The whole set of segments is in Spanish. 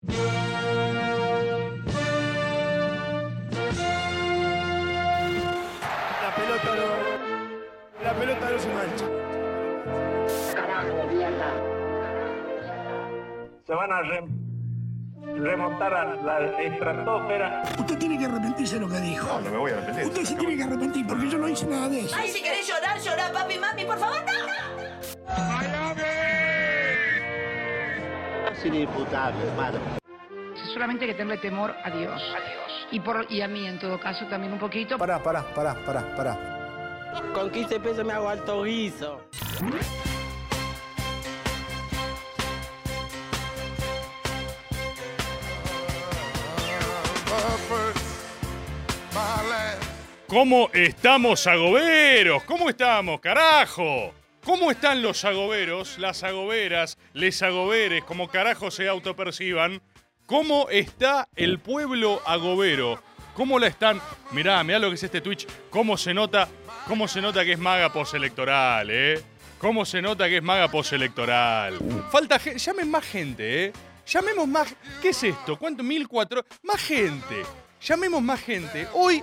La pelota no se mancha. Carajo, mierda. Se van a remontar a la estratosfera. Usted tiene que arrepentirse de lo que dijo. No me voy a arrepentir. Usted se tiene que arrepentir porque yo no hice nada de eso. Ay, si querés llorar, llorá, papi, mami, por favor, no. Es inimputable, hermano. Solamente hay que tenerle temor a Dios. Y a mí, en todo caso, también un poquito. Pará. Con 15 pesos me hago alto guiso. ¿Cómo estamos, agoberos? ¿Cómo estamos, carajo? ¿Cómo están los agoberos, las agoberas, les agoberes, como carajo se autoperciban? ¿Cómo está el pueblo agobero? ¿Cómo la están? Mirá lo que es este Twitch. ¿Cómo se nota que es maga postelectoral, ¿Cómo se nota que es maga postelectoral? Falta gente. Llamen más gente, Llamemos más. ¿Qué es esto? ¿Cuánto? 1.400. Más gente. Llamemos más gente. Hoy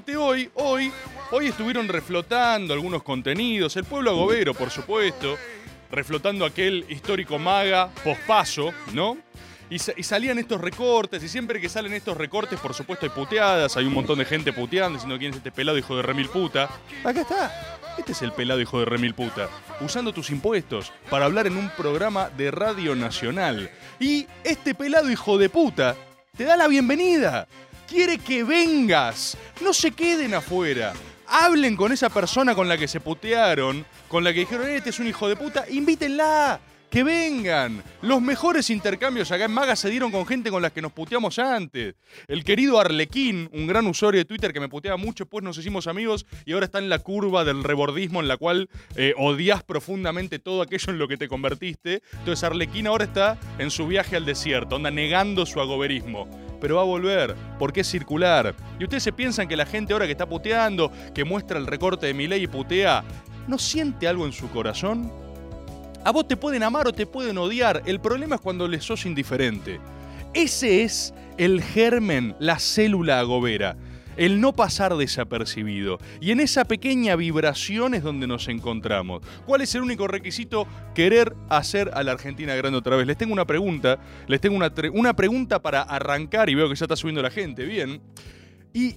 estuvieron reflotando algunos contenidos. El pueblo agobero, por supuesto. Reflotando aquel histórico maga pospaso, ¿no? Y salían estos recortes, y siempre que salen estos recortes, por supuesto, hay puteadas, hay un montón de gente puteando, diciendo quién es este pelado hijo de remil puta. Acá está. Este es el pelado hijo de remil puta, usando tus impuestos para hablar en un programa de Radio Nacional. Y este pelado hijo de puta te da la bienvenida. Quiere que vengas. No se queden afuera. Hablen con esa persona con la que se putearon, con la que dijeron, este es un hijo de puta, invítenla. ¡Que vengan! Los mejores intercambios acá en Maga se dieron con gente con las que nos puteamos antes. El querido Arlequín, un gran usuario de Twitter que me puteaba mucho, pues nos hicimos amigos y ahora está en la curva del rebordismo en la cual odias profundamente todo aquello en lo que te convertiste. Entonces Arlequín ahora está en su viaje al desierto, anda negando su agoberismo. Pero va a volver, porque es circular. Y ustedes se piensan que la gente ahora que está puteando, que muestra el recorte de Milei y putea, ¿no siente algo en su corazón? A vos te pueden amar o te pueden odiar. El problema es cuando les sos indiferente. Ese es el germen, la célula agobera. El no pasar desapercibido. Y en esa pequeña vibración es donde nos encontramos. ¿Cuál es el único requisito? Querer hacer a la Argentina grande otra vez. Les tengo una pregunta. Les tengo una pregunta para arrancar y veo que ya está subiendo la gente. Bien. Y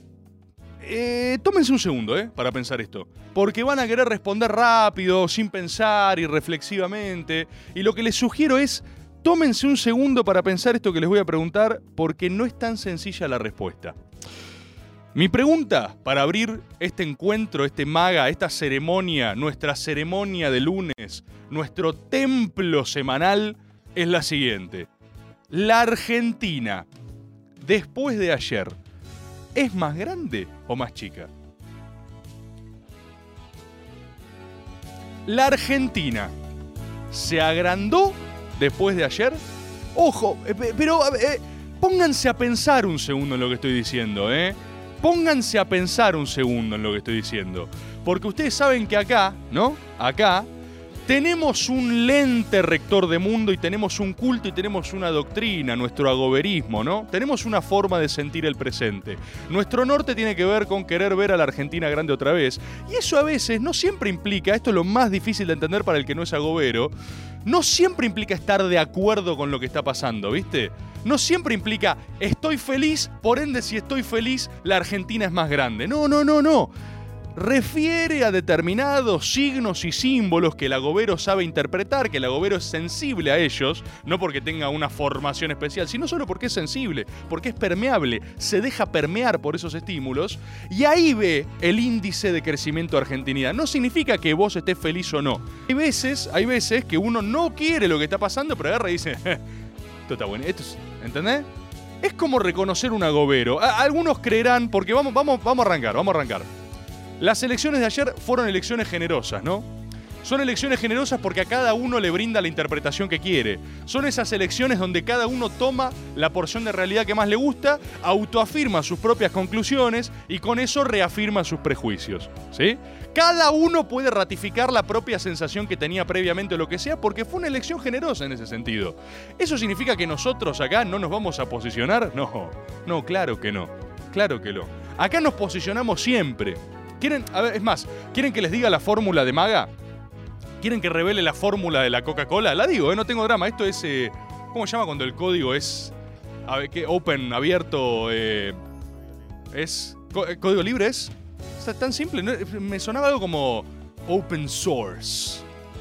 tómense un segundo, para pensar esto. Porque van a querer responder rápido, sin pensar y reflexivamente. Y lo que les sugiero es, tómense un segundo para pensar esto que les voy a preguntar, porque no es tan sencilla la respuesta. Mi pregunta para abrir este encuentro, este maga, esta ceremonia, nuestra ceremonia de lunes, nuestro templo semanal, es la siguiente. ¿La Argentina, después de ayer, es más grande o más chica? ¿La Argentina se agrandó después de ayer? Ojo, pero pónganse a pensar un segundo en lo que estoy diciendo, Pónganse a pensar un segundo en lo que estoy diciendo. Porque ustedes saben que acá, ¿no? Acá tenemos un lente rector de mundo y tenemos un culto y tenemos una doctrina, nuestro agoberismo, ¿no? Tenemos una forma de sentir el presente. Nuestro norte tiene que ver con querer ver a la Argentina grande otra vez. Y eso a veces no siempre implica, esto es lo más difícil de entender para el que no es agobero, no siempre implica estar de acuerdo con lo que está pasando, ¿viste? No siempre implica estoy feliz, por ende si estoy feliz la Argentina es más grande. No. Refiere a determinados signos y símbolos que el agobero sabe interpretar, que el agobero es sensible a ellos, no porque tenga una formación especial, sino solo porque es sensible, porque es permeable, se deja permear por esos estímulos, y ahí ve el índice de crecimiento de argentinidad. No significa que vos estés feliz o no. Hay veces que uno no quiere lo que está pasando, pero agarra y dice, esto está bueno, ¿entendés? Es como reconocer un agobero. Algunos creerán, porque vamos a arrancar. Las elecciones de ayer fueron elecciones generosas, ¿no? Son elecciones generosas porque a cada uno le brinda la interpretación que quiere. Son esas elecciones donde cada uno toma la porción de realidad que más le gusta, autoafirma sus propias conclusiones y con eso reafirma sus prejuicios, ¿sí? Cada uno puede ratificar la propia sensación que tenía previamente o lo que sea porque fue una elección generosa en ese sentido. ¿Eso significa que nosotros acá no nos vamos a posicionar? No, claro que no. Claro que no. Acá nos posicionamos siempre. ¿Quieren, a ver, es más, ¿quieren que les diga la fórmula de Maga? ¿Quieren que revele la fórmula de la Coca-Cola? La digo, no tengo drama. Esto es, ¿cómo se llama cuando el código es open, abierto? Es código libre, es tan simple. Me sonaba algo como open source.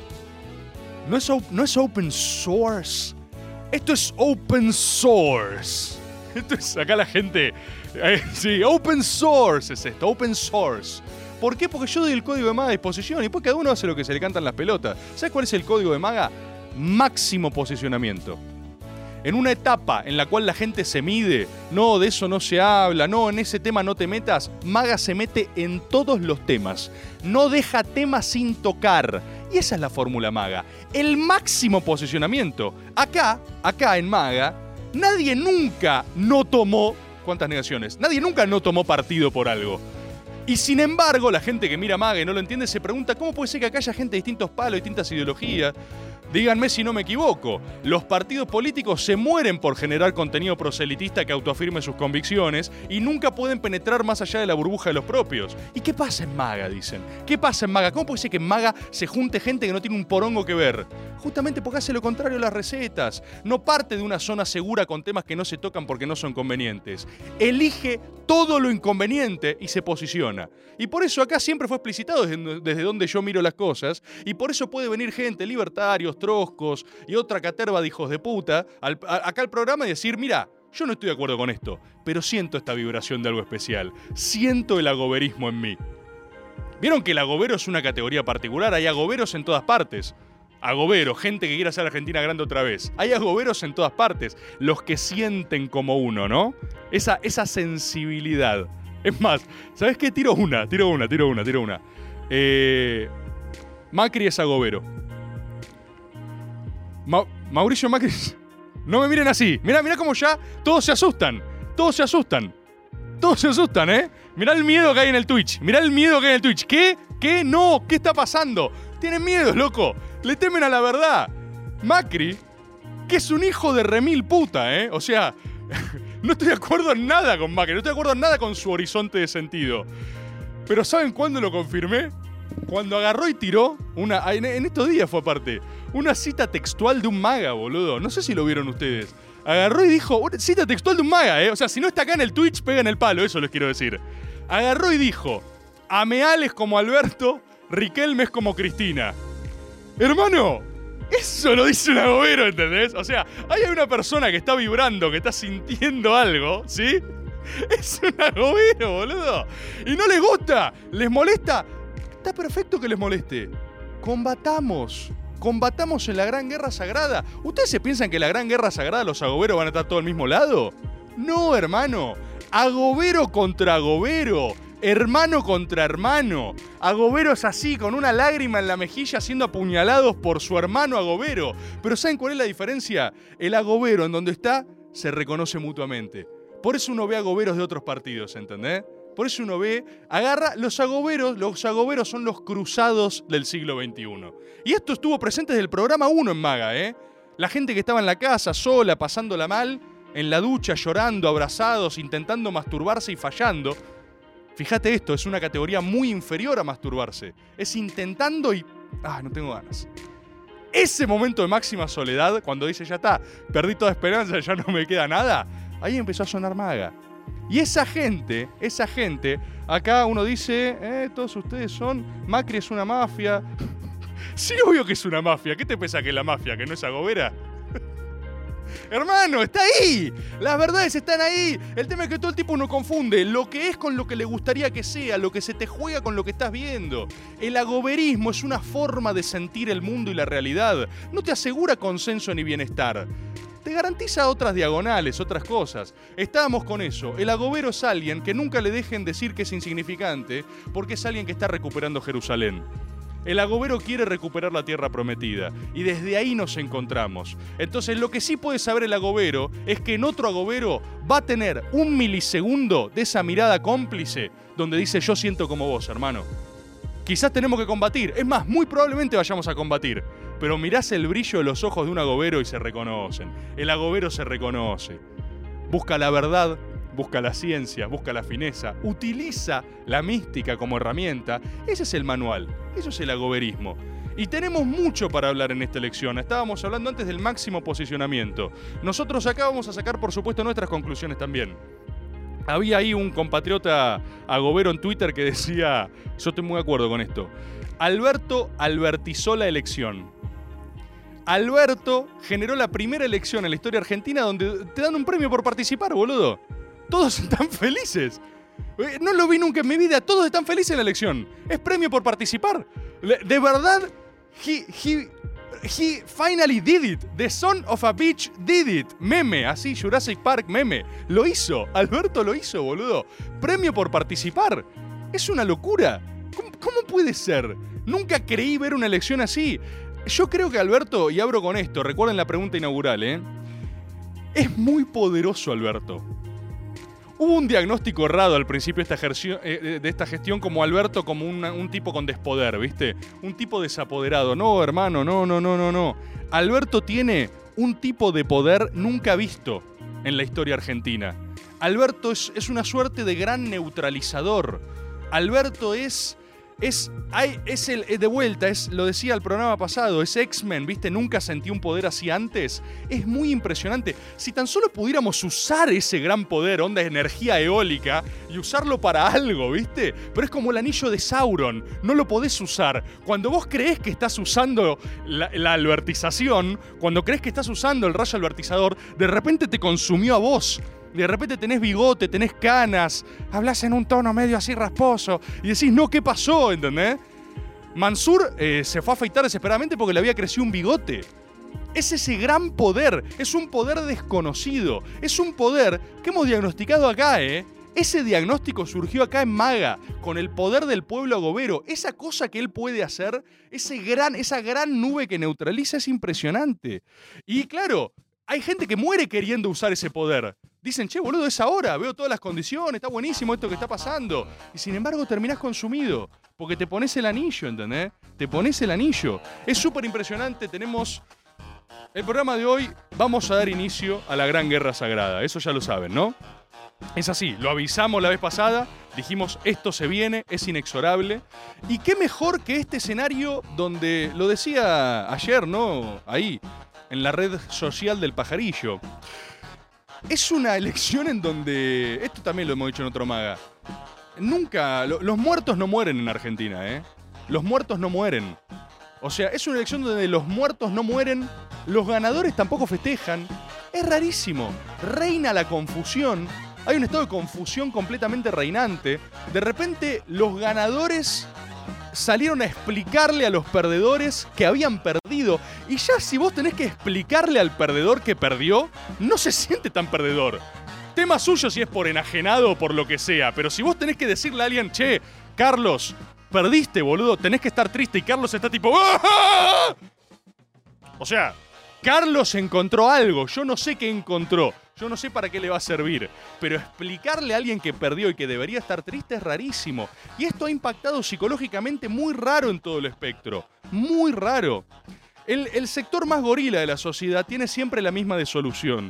No es open source. Esto es open source. Esto es acá la gente. Sí, open source es esto, open source. ¿Por qué? Porque yo doy el código de Maga a disposición y después cada uno hace lo que se le cantan las pelotas. ¿Sabes cuál es el código de Maga? Máximo posicionamiento. En una etapa en la cual la gente se mide, no, de eso no se habla, no, en ese tema no te metas, Maga se mete en todos los temas. No deja temas sin tocar. Y esa es la fórmula Maga. El máximo posicionamiento. Acá en Maga, nadie nunca no tomó... ¿Cuántas negaciones? Nadie nunca no tomó partido por algo. Y sin embargo, la gente que mira Maga y no lo entiende se pregunta ¿cómo puede ser que acá haya gente de distintos palos, distintas ideologías? Díganme si no me equivoco. Los partidos políticos se mueren por generar contenido proselitista que autoafirme sus convicciones y nunca pueden penetrar más allá de la burbuja de los propios. ¿Y qué pasa en Maga? Dicen. ¿Qué pasa en Maga? ¿Cómo puede ser que en Maga se junte gente que no tiene un porongo que ver? Justamente porque hace lo contrario a las recetas. No parte de una zona segura con temas que no se tocan porque no son convenientes. Elige todo lo inconveniente y se posiciona. Y por eso acá siempre fue explicitado desde donde yo miro las cosas y por eso puede venir gente, libertarios, troscos y otra caterva de hijos de puta acá al programa y decir, mira, yo no estoy de acuerdo con esto, pero siento esta vibración de algo especial. Siento el agoberismo en mí. ¿Vieron que el agobero es una categoría particular? Hay agoberos en todas partes. Agobero, gente que quiere hacer Argentina grande otra vez. Hay agoberos en todas partes. Los que sienten como uno, ¿no? Esa sensibilidad. Es más, ¿sabes qué? Tiro una. Macri es agobero. Mauricio Macri... No me miren así. Mirá cómo ya todos se asustan, ¿eh? Mirá el miedo que hay en el Twitch. ¿Qué? No, ¿qué está pasando? Tienen miedo, loco. Le temen a la verdad. Macri, que es un hijo de remil puta, ¿eh? O sea, no estoy de acuerdo en nada con Macri. No estoy de acuerdo en nada con su horizonte de sentido. Pero ¿saben cuándo lo confirmé? Cuando agarró y tiró en estos días fue aparte, una cita textual de un maga, boludo. No sé si lo vieron ustedes. Agarró y dijo, una cita textual de un maga, ¿eh? O sea, si no está acá en el Twitch, pega en el palo, eso les quiero decir. Agarró y dijo, Ameal es como Alberto, Riquelme es como Cristina. Hermano, eso lo dice un agobero, ¿entendés? O sea, ahí hay una persona que está vibrando, que está sintiendo algo, ¿sí? Es un agobero, boludo. Y no les gusta, les molesta. Está perfecto que les moleste. Combatamos en la Gran Guerra Sagrada. ¿Ustedes se piensan que en la Gran Guerra Sagrada los agoberos van a estar todos al mismo lado? No, hermano. Agobero contra agobero. Hermano contra hermano. Agoberos así, con una lágrima en la mejilla, siendo apuñalados por su hermano agobero. Pero ¿saben cuál es la diferencia? El agobero, en donde está, se reconoce mutuamente. Por eso uno ve agoberos de otros partidos, ¿entendés? Por eso uno ve, agarra los agoberos son los cruzados del siglo XXI. Y esto estuvo presente desde el programa 1 en Maga, ¿eh? La gente que estaba en la casa, sola, pasándola mal, en la ducha, llorando, abrazados, intentando masturbarse y fallando. Fíjate esto, es una categoría muy inferior a masturbarse. Es intentando y... no tengo ganas. Ese momento de máxima soledad, cuando dice, ya está, perdí toda esperanza, ya no me queda nada, ahí empezó a sonar Maga. Y esa gente, acá uno dice, todos ustedes son, Macri es una mafia. Sí, obvio que es una mafia. ¿Qué te pesa que es la mafia, que no es agobera? Hermano, está ahí. Las verdades están ahí. El tema es que todo el tipo uno confunde lo que es con lo que le gustaría que sea, lo que se te juega con lo que estás viendo. El agoberismo es una forma de sentir el mundo y la realidad. No te asegura consenso ni bienestar. Te garantiza otras diagonales, otras cosas. Estábamos con eso. El agobero es alguien que nunca le dejen decir que es insignificante, porque es alguien que está recuperando Jerusalén. El agobero quiere recuperar la tierra prometida y desde ahí nos encontramos. Entonces lo que sí puede saber el agobero es que en otro agobero va a tener un milisegundo de esa mirada cómplice donde dice yo siento como vos, hermano. Quizás tenemos que combatir, es más, muy probablemente vayamos a combatir, pero mirás el brillo de los ojos de un agobero y se reconocen. El agobero se reconoce. Busca la verdad, busca la ciencia, busca la fineza, utiliza la mística como herramienta. Ese es el manual, eso es el agoberismo. Y tenemos mucho para hablar en esta elección. Estábamos hablando antes del máximo posicionamiento. Nosotros acá vamos a sacar, por supuesto, nuestras conclusiones también. Había ahí un compatriota agobero en Twitter que decía, yo estoy muy de acuerdo con esto, Alberto albertizó la elección. Alberto generó la primera elección en la historia argentina donde te dan un premio por participar, boludo. Todos están felices. No lo vi nunca en mi vida. Todos están felices en la elección. Es premio por participar. De verdad, he finally did it. The son of a bitch did it. Meme, así, Jurassic Park meme. Lo hizo. Alberto lo hizo, boludo. Premio por participar. Es una locura. ¿Cómo puede ser? Nunca creí ver una elección así. Yo creo que Alberto, y abro con esto, recuerden la pregunta inaugural, es muy poderoso Alberto. Hubo un diagnóstico errado al principio de esta gestión como Alberto como un tipo con despoder, ¿viste? Un tipo desapoderado. No, hermano, no. Alberto tiene un tipo de poder nunca visto en la historia argentina. Alberto es una suerte de gran neutralizador. Alberto es de vuelta, lo decía el programa pasado, es X-Men, ¿viste? Nunca sentí un poder así antes. Es muy impresionante. Si tan solo pudiéramos usar ese gran poder, onda de energía eólica, y usarlo para algo, ¿viste? Pero es como el anillo de Sauron, no lo podés usar. Cuando vos creés que estás usando la albertización, cuando creés que estás usando el rayo albertizador, de repente te consumió a vos. De repente tenés bigote, tenés canas, hablas en un tono medio así rasposo y decís, no, ¿qué pasó? ¿Entendés? Mansur se fue a afeitar desesperadamente porque le había crecido un bigote. Es ese gran poder, es un poder desconocido, es un poder que hemos diagnosticado acá, Ese diagnóstico surgió acá en Maga, con el poder del pueblo agobero. Esa cosa que él puede hacer, esa gran nube que neutraliza es impresionante. Y claro, hay gente que muere queriendo usar ese poder. Dicen, che, boludo, es ahora, veo todas las condiciones, está buenísimo esto que está pasando. Y sin embargo terminás consumido, porque te pones el anillo, ¿entendés? Te pones el anillo. Es súper impresionante, tenemos... El programa de hoy, vamos a dar inicio a la Gran Guerra Sagrada, eso ya lo saben, ¿no? Es así, lo avisamos la vez pasada, dijimos, esto se viene, es inexorable. Y qué mejor que este escenario donde, lo decía ayer, ¿no? Ahí, en la red social del pajarillo. Es una elección en donde, esto también lo hemos dicho en otro Maga, nunca, los muertos no mueren en Argentina, Los muertos no mueren. O sea, es una elección donde los muertos no mueren, los ganadores tampoco festejan. Es rarísimo, reina la confusión, hay un estado de confusión completamente reinante. De repente, los ganadores salieron a explicarle a los perdedores que habían perdido. Y ya si vos tenés que explicarle al perdedor que perdió, no se siente tan perdedor. Tema suyo si es por enajenado o por lo que sea, pero si vos tenés que decirle a alguien, che, Carlos, perdiste, boludo, tenés que estar triste, y Carlos está tipo... ¡Ah! O sea, Carlos encontró algo, yo no sé qué encontró. Yo no sé para qué le va a servir, pero explicarle a alguien que perdió y que debería estar triste es rarísimo. Y esto ha impactado psicológicamente muy raro en todo el espectro. Muy raro. El sector más gorila de la sociedad tiene siempre la misma desilusión,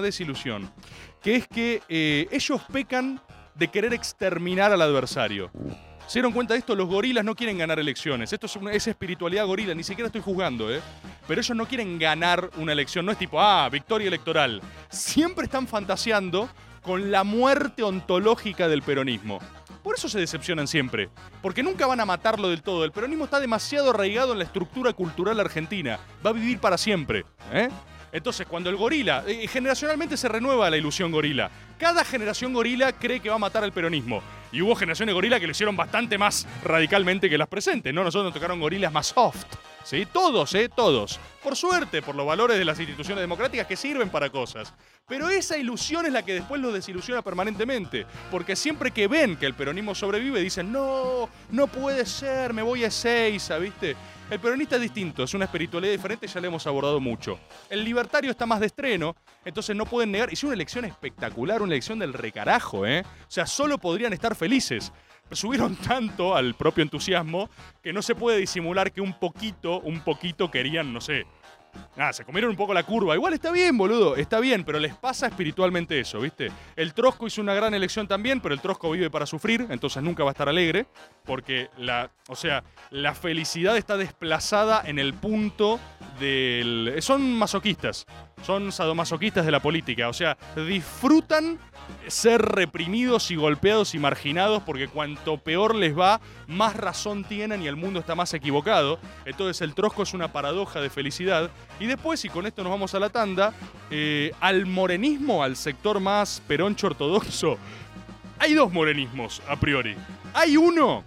que es que ellos pecan de querer exterminar al adversario. ¿Se dieron cuenta de esto? Los gorilas no quieren ganar elecciones. Esto es espiritualidad gorila, ni siquiera estoy juzgando, Pero ellos no quieren ganar una elección. No es tipo, victoria electoral. Siempre están fantaseando con la muerte ontológica del peronismo. Por eso se decepcionan siempre. Porque nunca van a matarlo del todo. El peronismo está demasiado arraigado en la estructura cultural argentina. Va a vivir para siempre, Entonces, cuando el gorila... generacionalmente se renueva la ilusión gorila. Cada generación gorila cree que va a matar al peronismo. Y hubo generaciones gorila que lo hicieron bastante más radicalmente que las presentes, ¿no? Nosotros nos tocaron gorilas más soft. ¿Sí? Todos, todos. Por suerte, por los valores de las instituciones democráticas que sirven para cosas. Pero esa ilusión es la que después los desilusiona permanentemente. Porque siempre que ven que el peronismo sobrevive, dicen, no puede ser, me voy a Ezeiza, ¿viste? El peronista es distinto, es una espiritualidad diferente, ya le hemos abordado mucho. El libertario está más de estreno, entonces no pueden negar. Hicieron una elección espectacular, una elección del recarajo, ¿eh? O sea, solo podrían estar felices. Subieron tanto al propio entusiasmo que no se puede disimular que un poquito querían, no sé. Se comieron un poco la curva. Igual está bien, boludo, está bien, pero les pasa espiritualmente eso, ¿viste? El Trotsko hizo una gran elección también, pero el Trotsko vive para sufrir, entonces nunca va a estar alegre, porque la felicidad está desplazada en el punto del... Son masoquistas, son sadomasoquistas de la política, o sea, disfrutan ser reprimidos y golpeados y marginados porque cuanto peor les va, más razón tienen y el mundo está más equivocado. Entonces el Trotsko es una paradoja de felicidad. Y después, y con esto nos vamos a la tanda, al morenismo, al sector más peroncho ortodoxo, hay dos morenismos a priori. Hay uno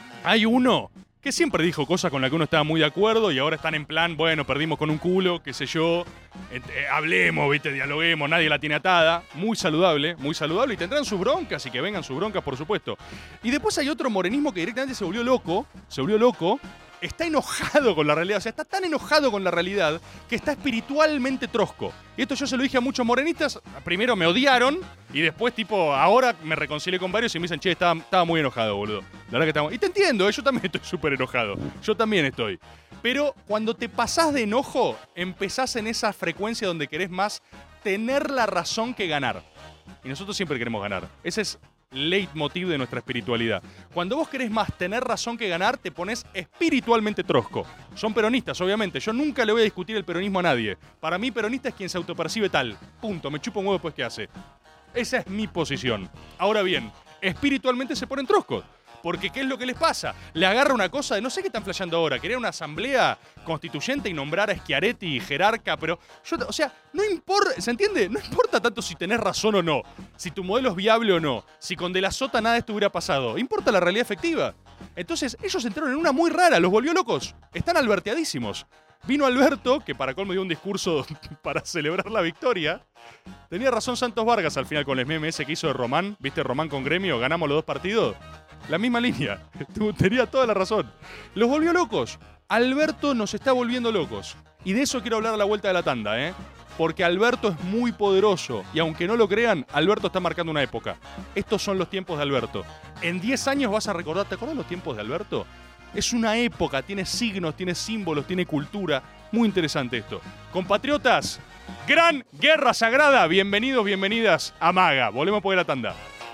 que siempre dijo cosas con las que uno estaba muy de acuerdo y ahora están en plan, bueno, perdimos con un culo, qué sé yo, hablemos, ¿viste? Dialoguemos, nadie la tiene atada. Muy saludable, y tendrán sus broncas y que vengan sus broncas, por supuesto. Y después hay otro morenismo que directamente se volvió loco, está enojado con la realidad, o sea, está tan enojado con la realidad que está espiritualmente trosco. Y esto yo se lo dije a muchos morenistas, primero me odiaron y después, ahora me reconcilié con varios y me dicen, che, estaba muy enojado, boludo. La verdad que estaba... Y te entiendo, yo también estoy súper enojado, yo también estoy. Pero cuando te pasás de enojo, empezás en esa frecuencia donde querés más tener la razón que ganar. Y nosotros siempre queremos ganar. Ese es leitmotiv de nuestra espiritualidad. Cuando vos querés más tener razón que ganar, te pones espiritualmente trosco. Son peronistas, obviamente. Yo nunca le voy a discutir el peronismo a nadie. Para mí, peronista es quien se autopercibe tal. Punto. Me chupo un huevo después qué hace. Esa es mi posición. Ahora bien, espiritualmente se ponen troscos. Porque ¿qué es lo que les pasa? Le agarra una cosa de no sé qué están flasheando ahora. Querían una asamblea constituyente y nombrar a Schiaretti y jerarca, pero no importa, ¿se entiende? No importa tanto si tenés razón o no, si tu modelo es viable o no, si con De la Sota nada de esto hubiera pasado. Importa la realidad efectiva. Entonces, ellos entraron en una muy rara, los volvió locos. Están alberteadísimos. Vino Alberto, que para colmo dio un discurso para celebrar la victoria. Tenía razón Santos Vargas al final con el meme ese que hizo de Román. ¿Viste Román con Gremio? Ganamos los 2 partidos. La misma línea. Tenía toda la razón. Los volvió locos. Alberto nos está volviendo locos. Y de eso quiero hablar a la vuelta de la tanda, ¿eh? Porque Alberto es muy poderoso. Y aunque no lo crean, Alberto está marcando una época. Estos son los tiempos de Alberto. En 10 años vas a recordar, ¿te acuerdas los tiempos de Alberto? Es una época, tiene signos, tiene símbolos, tiene cultura. Muy interesante esto. Compatriotas, gran guerra sagrada. Bienvenidos, bienvenidas a Maga. Volvemos a poner la tanda.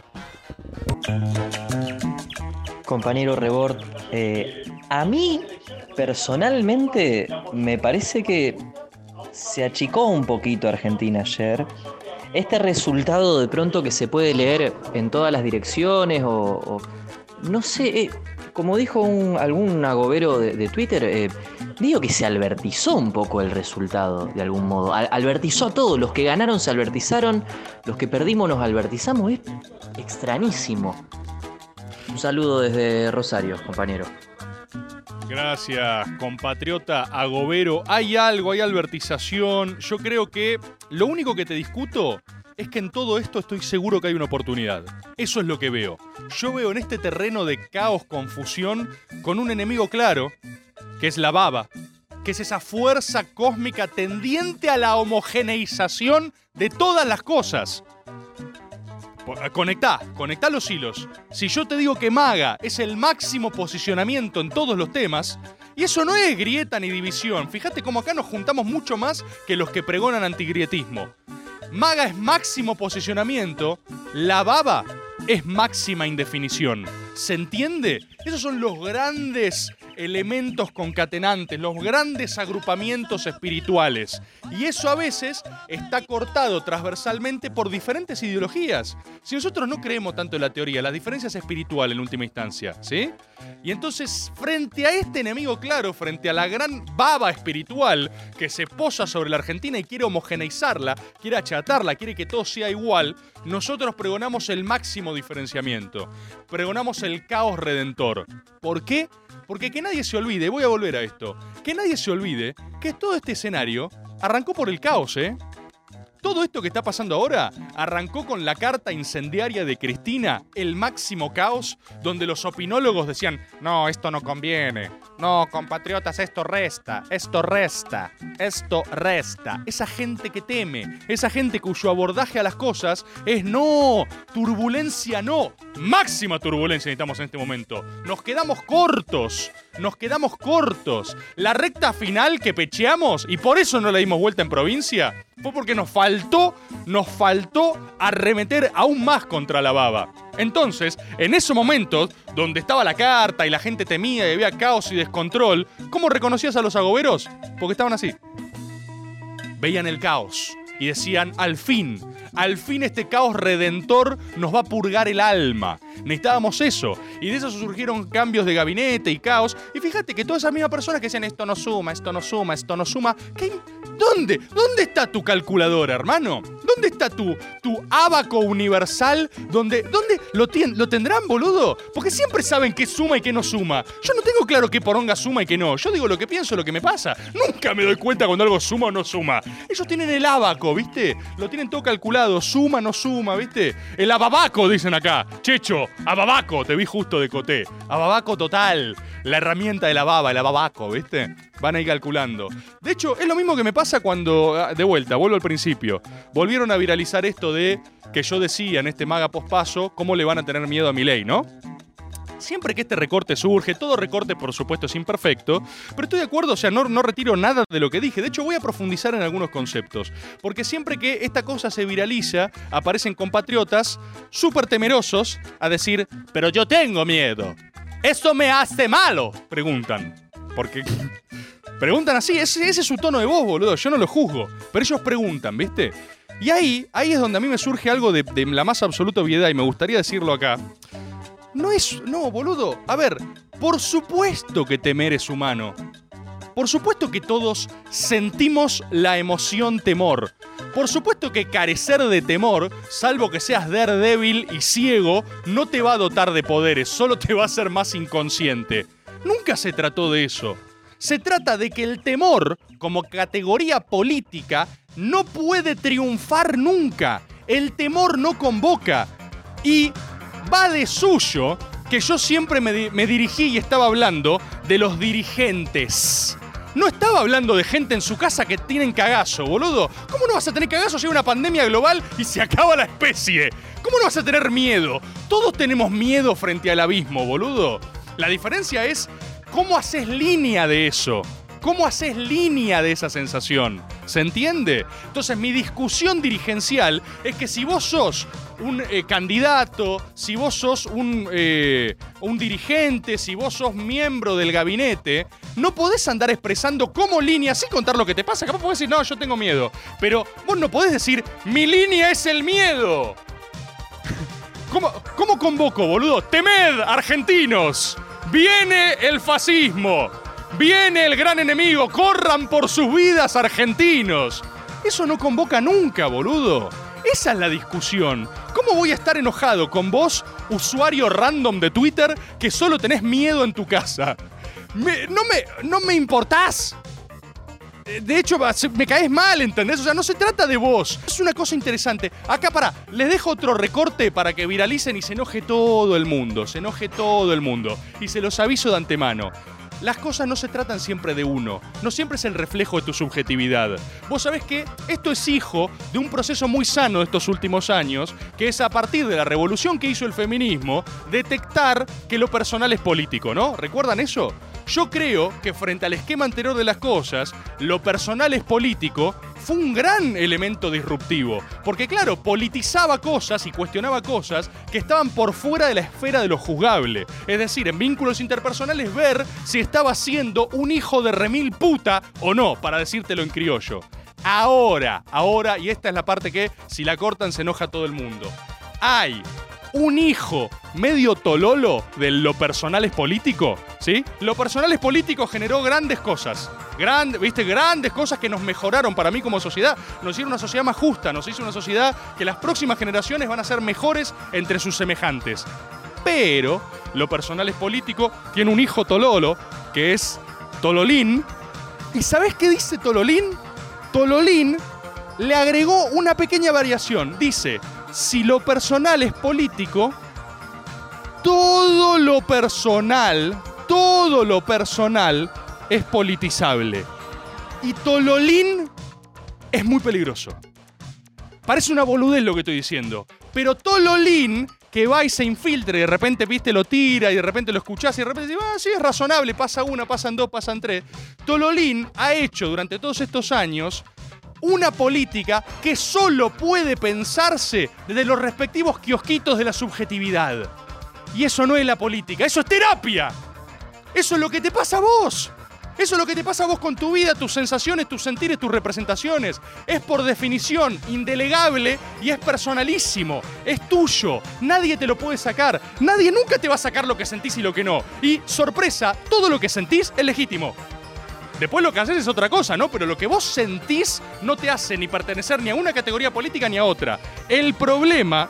Compañero Rebord, a mí personalmente me parece que se achicó un poquito Argentina ayer. Este resultado de pronto que se puede leer en todas las direcciones o no sé, como dijo algún agobero de Twitter, digo que se albertizó un poco el resultado de algún modo. Albertizó a todos, los que ganaron se albertizaron, los que perdimos nos albertizamos, es extrañísimo. Un saludo desde Rosario, compañero. Gracias, compatriota agobero. Hay algo, hay albertización. Yo creo que lo único que te discuto es que en todo esto estoy seguro que hay una oportunidad. Eso es lo que veo. Yo veo en este terreno de caos, confusión, con un enemigo claro, que es la baba, que es esa fuerza cósmica tendiente a la homogeneización de todas las cosas. Conectá los hilos. Si yo te digo que Maga es el máximo posicionamiento en todos los temas, y eso no es grieta ni división, fíjate cómo acá nos juntamos mucho más que los que pregonan antigrietismo. Maga es máximo posicionamiento, la baba es máxima indefinición. ¿Se entiende? Esos son los grandes elementos concatenantes, los grandes agrupamientos espirituales. Y eso a veces está cortado transversalmente por diferentes ideologías. Si nosotros no creemos tanto en la teoría, la diferencia es espiritual en última instancia, ¿sí? Y entonces, frente a este enemigo claro, frente a la gran baba espiritual que se posa sobre la Argentina y quiere homogeneizarla, quiere achatarla, quiere que todo sea igual, nosotros pregonamos el máximo diferenciamiento. Pregonamos el caos redentor. ¿Por qué? Porque que nadie se olvide, voy a volver a esto, que nadie se olvide que todo este escenario arrancó por el caos, ¿eh? Todo esto que está pasando ahora arrancó con la carta incendiaria de Cristina, el máximo caos, donde los opinólogos decían, no, esto no conviene, no, compatriotas, esto resta. Esa gente que teme, esa gente cuyo abordaje a las cosas es no, turbulencia no, máxima turbulencia necesitamos en este momento. Nos quedamos cortos. La recta final que pecheamos, y por eso no le dimos vuelta en provincia, fue porque nos faltó arremeter aún más contra la baba. Entonces, en esos momentos, donde estaba la carta y la gente temía y había caos y descontrol, ¿cómo reconocías a los agoberos? Porque estaban así. Veían el caos y decían, al fin este caos redentor nos va a purgar el alma. Necesitábamos eso. Y de eso surgieron cambios de gabinete y caos. Y fíjate que todas esas mismas personas que decían esto no suma. ¿Dónde está tu calculadora, hermano? ¿Dónde está tu ábaco universal? ¿Dónde lo tendrán, boludo? Porque siempre saben qué suma y qué no suma. Yo no tengo claro qué poronga suma y qué no. Yo digo lo que pienso, lo que me pasa. Nunca me doy cuenta cuando algo suma o no suma. Ellos tienen el ábaco, ¿viste? Lo tienen todo calculado. Suma, no suma, ¿viste? El ababaco, dicen acá. Checho, ababaco. Te vi justo de Coté. Ababaco total. La herramienta de la baba, el ababaco, ¿viste? Van ahí calculando. De hecho, es lo mismo que me pasa cuando, de vuelta, vuelvo al principio, volvieron a viralizar esto de que yo decía en este Maga Pospaso, cómo le van a tener miedo a Milei, ¿no? Siempre que este recorte surge, todo recorte por supuesto es imperfecto, pero estoy de acuerdo, o sea, no retiro nada de lo que dije. De hecho, voy a profundizar en algunos conceptos, porque siempre que esta cosa se viraliza, aparecen compatriotas súper temerosos a decir, pero yo tengo miedo. ¿Eso me hace malo? Preguntan. Porque preguntan así, ese es su tono de voz, boludo, yo no lo juzgo, pero ellos preguntan, ¿viste? Y ahí es donde a mí me surge algo de la más absoluta obviedad, y me gustaría decirlo acá. No, boludo, a ver, por supuesto que temer es humano. Por supuesto que todos sentimos la emoción temor. Por supuesto que carecer de temor, salvo que seas Daredevil y ciego, no te va a dotar de poderes, solo te va a hacer más inconsciente. Nunca se trató de eso. Se trata de que el temor, como categoría política, no puede triunfar nunca. El temor no convoca. Y va de suyo que yo siempre me dirigí y estaba hablando de los dirigentes. No estaba hablando de gente en su casa que tienen cagazo, boludo. ¿Cómo no vas a tener cagazo si hay una pandemia global y se acaba la especie? ¿Cómo no vas a tener miedo? Todos tenemos miedo frente al abismo, boludo. La diferencia es cómo haces línea de eso. ¿Cómo haces línea de esa sensación? ¿Se entiende? Entonces, mi discusión dirigencial es que si vos sos un candidato, si vos sos un dirigente, si vos sos miembro del gabinete, no podés andar expresando como línea, sin contar lo que te pasa. Capaz podés decir, no, yo tengo miedo. Pero vos no podés decir, mi línea es el miedo. ¿Cómo convoco, boludo? ¡Temed, argentinos! ¡Viene el fascismo! ¡Viene el gran enemigo! ¡Corran por sus vidas, argentinos! Eso no convoca nunca, boludo. Esa es la discusión. ¿Cómo voy a estar enojado con vos, usuario random de Twitter, que solo tenés miedo en tu casa? ¿No me importás? De hecho, me caes mal, ¿entendés? O sea, no se trata de vos. Es una cosa interesante. Acá, les dejo otro recorte para que viralicen y se enoje todo el mundo. Y se los aviso de antemano. Las cosas no se tratan siempre de uno, no siempre es el reflejo de tu subjetividad. Vos sabés que esto es hijo de un proceso muy sano de estos últimos años, que es a partir de la revolución que hizo el feminismo, detectar que lo personal es político, ¿no? ¿Recuerdan eso? Yo creo que frente al esquema anterior de las cosas, lo personal es político, fue un gran elemento disruptivo. Porque claro, politizaba cosas y cuestionaba cosas que estaban por fuera de la esfera de lo juzgable. Es decir, en vínculos interpersonales ver si estaba siendo un hijo de remil puta o no, para decírtelo en criollo. Ahora, y esta es la parte que si la cortan se enoja todo el mundo. Hay un hijo medio tololo de lo personal es político, ¿sí? Lo personal es político generó grandes cosas. Grandes cosas que nos mejoraron para mí como sociedad. Nos hicieron una sociedad más justa, nos hizo una sociedad que las próximas generaciones van a ser mejores entre sus semejantes. pero lo personal es político. Tiene un hijo Tololo, que es Tololín. ¿Y sabés qué dice Tololín? Tololín le agregó una pequeña variación. Dice, si lo personal es político, todo lo personal es politizable. Y Tololín es muy peligroso. Parece una boludez lo que estoy diciendo, pero Tololín, que va y se infiltra y de repente, viste, lo tira y de repente lo escuchás y de repente dices, sí, es razonable, pasa una, pasan dos, pasan tres. Tololín ha hecho durante todos estos años una política que solo puede pensarse desde los respectivos kiosquitos de la subjetividad. Y eso no es la política, eso es terapia. Eso es lo que te pasa a vos. Eso es lo que te pasa a vos con tu vida, tus sensaciones, tus sentires, tus representaciones. Es por definición indelegable y es personalísimo. Es tuyo. Nadie te lo puede sacar. Nadie nunca te va a sacar lo que sentís y lo que no. Y, sorpresa, todo lo que sentís es legítimo. Después lo que haces es otra cosa, ¿no? Pero lo que vos sentís no te hace ni pertenecer ni a una categoría política ni a otra. El problema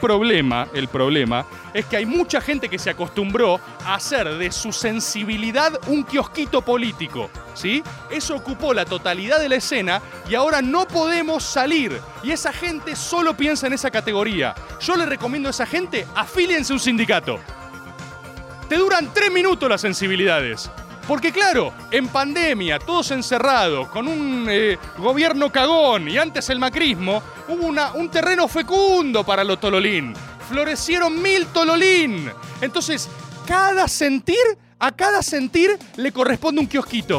es que hay mucha gente que se acostumbró a hacer de su sensibilidad un kiosquito político, ¿sí? Eso ocupó la totalidad de la escena y ahora no podemos salir. Y esa gente solo piensa en esa categoría. Yo le recomiendo a esa gente, afíliense a un sindicato. Te duran 3 minutos las sensibilidades. Porque claro, en pandemia, todos encerrados, con un gobierno cagón y antes el macrismo, hubo un terreno fecundo para los Tololín. Florecieron 1000 Tololín. Entonces, a cada sentir le corresponde un kiosquito.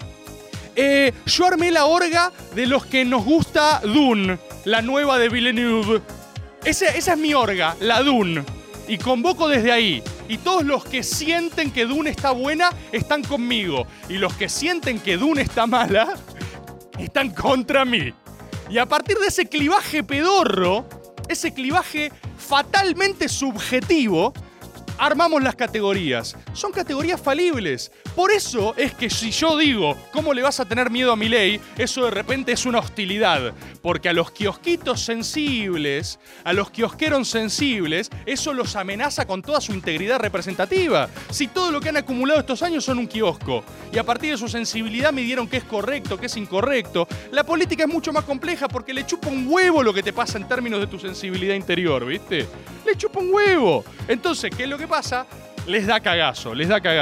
Yo armé la orga de los que nos gusta Dune, la nueva de Villeneuve. Esa es mi orga, la Dune. Y convoco desde ahí. Y todos los que sienten que Dune está buena, están conmigo. Y los que sienten que Dune está mala, están contra mí. Y a partir de ese clivaje pedorro, ese clivaje fatalmente subjetivo, armamos las categorías. Son categorías falibles. Por eso es que si yo digo, ¿cómo le vas a tener miedo a Milei? Eso de repente es una hostilidad. Porque a los kiosquitos sensibles, a los kiosqueros sensibles, eso los amenaza con toda su integridad representativa. Si todo lo que han acumulado estos años son un kiosco, y a partir de su sensibilidad midieron qué es correcto, qué es incorrecto, la política es mucho más compleja porque le chupa un huevo lo que te pasa en términos de tu sensibilidad interior, ¿viste? Le chupa un huevo. Entonces, ¿qué es lo que pasa? Les da cagazo.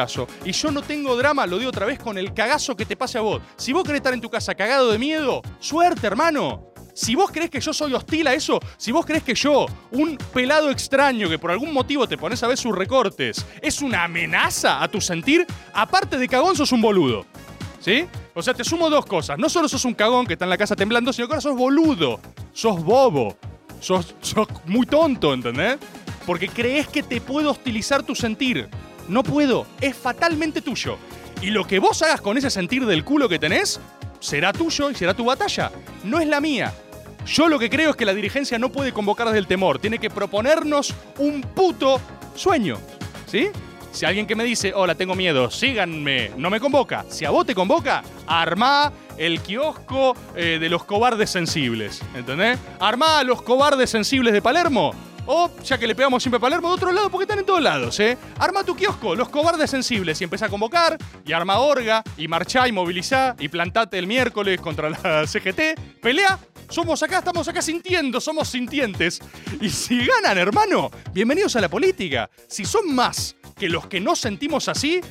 Y yo no tengo drama, lo digo otra vez, con el cagazo que te pase a vos. Si vos querés estar en tu casa cagado de miedo, suerte, hermano. Si vos creés que yo soy hostil a eso, si vos creés que yo, un pelado extraño que por algún motivo te pones a ver sus recortes, es una amenaza a tu sentir, aparte de cagón sos un boludo. ¿Sí? O sea, te sumo 2 cosas. No solo sos un cagón que está en la casa temblando, sino que ahora sos boludo, sos bobo, sos muy tonto, ¿entendés? Porque crees que te puedo hostilizar tu sentir. No puedo, es fatalmente tuyo. Y lo que vos hagas con ese sentir del culo que tenés, será tuyo y será tu batalla. No es la mía. Yo lo que creo es que la dirigencia no puede convocar desde el temor. Tiene que proponernos un puto sueño. ¿Sí? Si alguien que me dice, hola, tengo miedo, síganme, no me convoca. Si a vos te convoca, armá el kiosco de los cobardes sensibles. ¿Entendés? Armá a los cobardes sensibles de Palermo. O, ya que le pegamos siempre a Palermo, de otro lado, porque están en todos lados, ¿eh? Arma tu kiosco, los cobardes sensibles, y empezá a convocar, y arma orga, y marchá, y movilizá, y plantate el miércoles contra la CGT. Pelea, estamos acá sintiendo, somos sintientes. Y si ganan, hermano, bienvenidos a la política. Si son más que los que no sentimos así,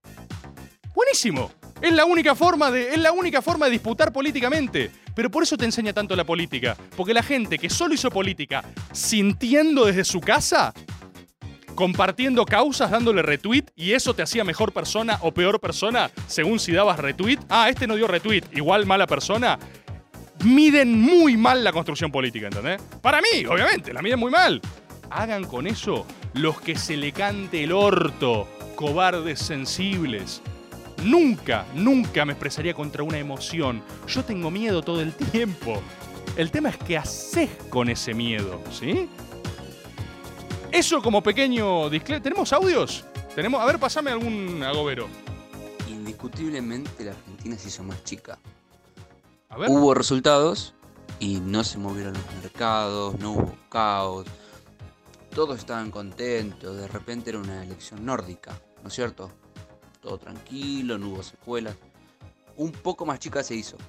buenísimo. Es la única forma de disputar políticamente. Pero por eso te enseña tanto la política. Porque la gente que solo hizo política sintiendo desde su casa, compartiendo causas, dándole retweet, y eso te hacía mejor persona o peor persona según si dabas retweet. Este no dio retweet, igual mala persona. Miden muy mal la construcción política, ¿entendés? Para mí, obviamente, la miden muy mal. Hagan con eso los que se le cante el orto, cobardes sensibles. Nunca me expresaría contra una emoción. Yo tengo miedo todo el tiempo. El tema es qué haces con ese miedo, ¿sí? Eso como pequeño disclaimer. ¿Tenemos audios? A ver, pasame algún agobero. Indiscutiblemente la Argentina se hizo más chica. A ver. Hubo resultados y no se movieron los mercados, no hubo caos. todos estaban contentos, de repente era una elección nórdica, ¿no es cierto? Todo tranquilo, no hubo secuelas. Un poco más chica se hizo.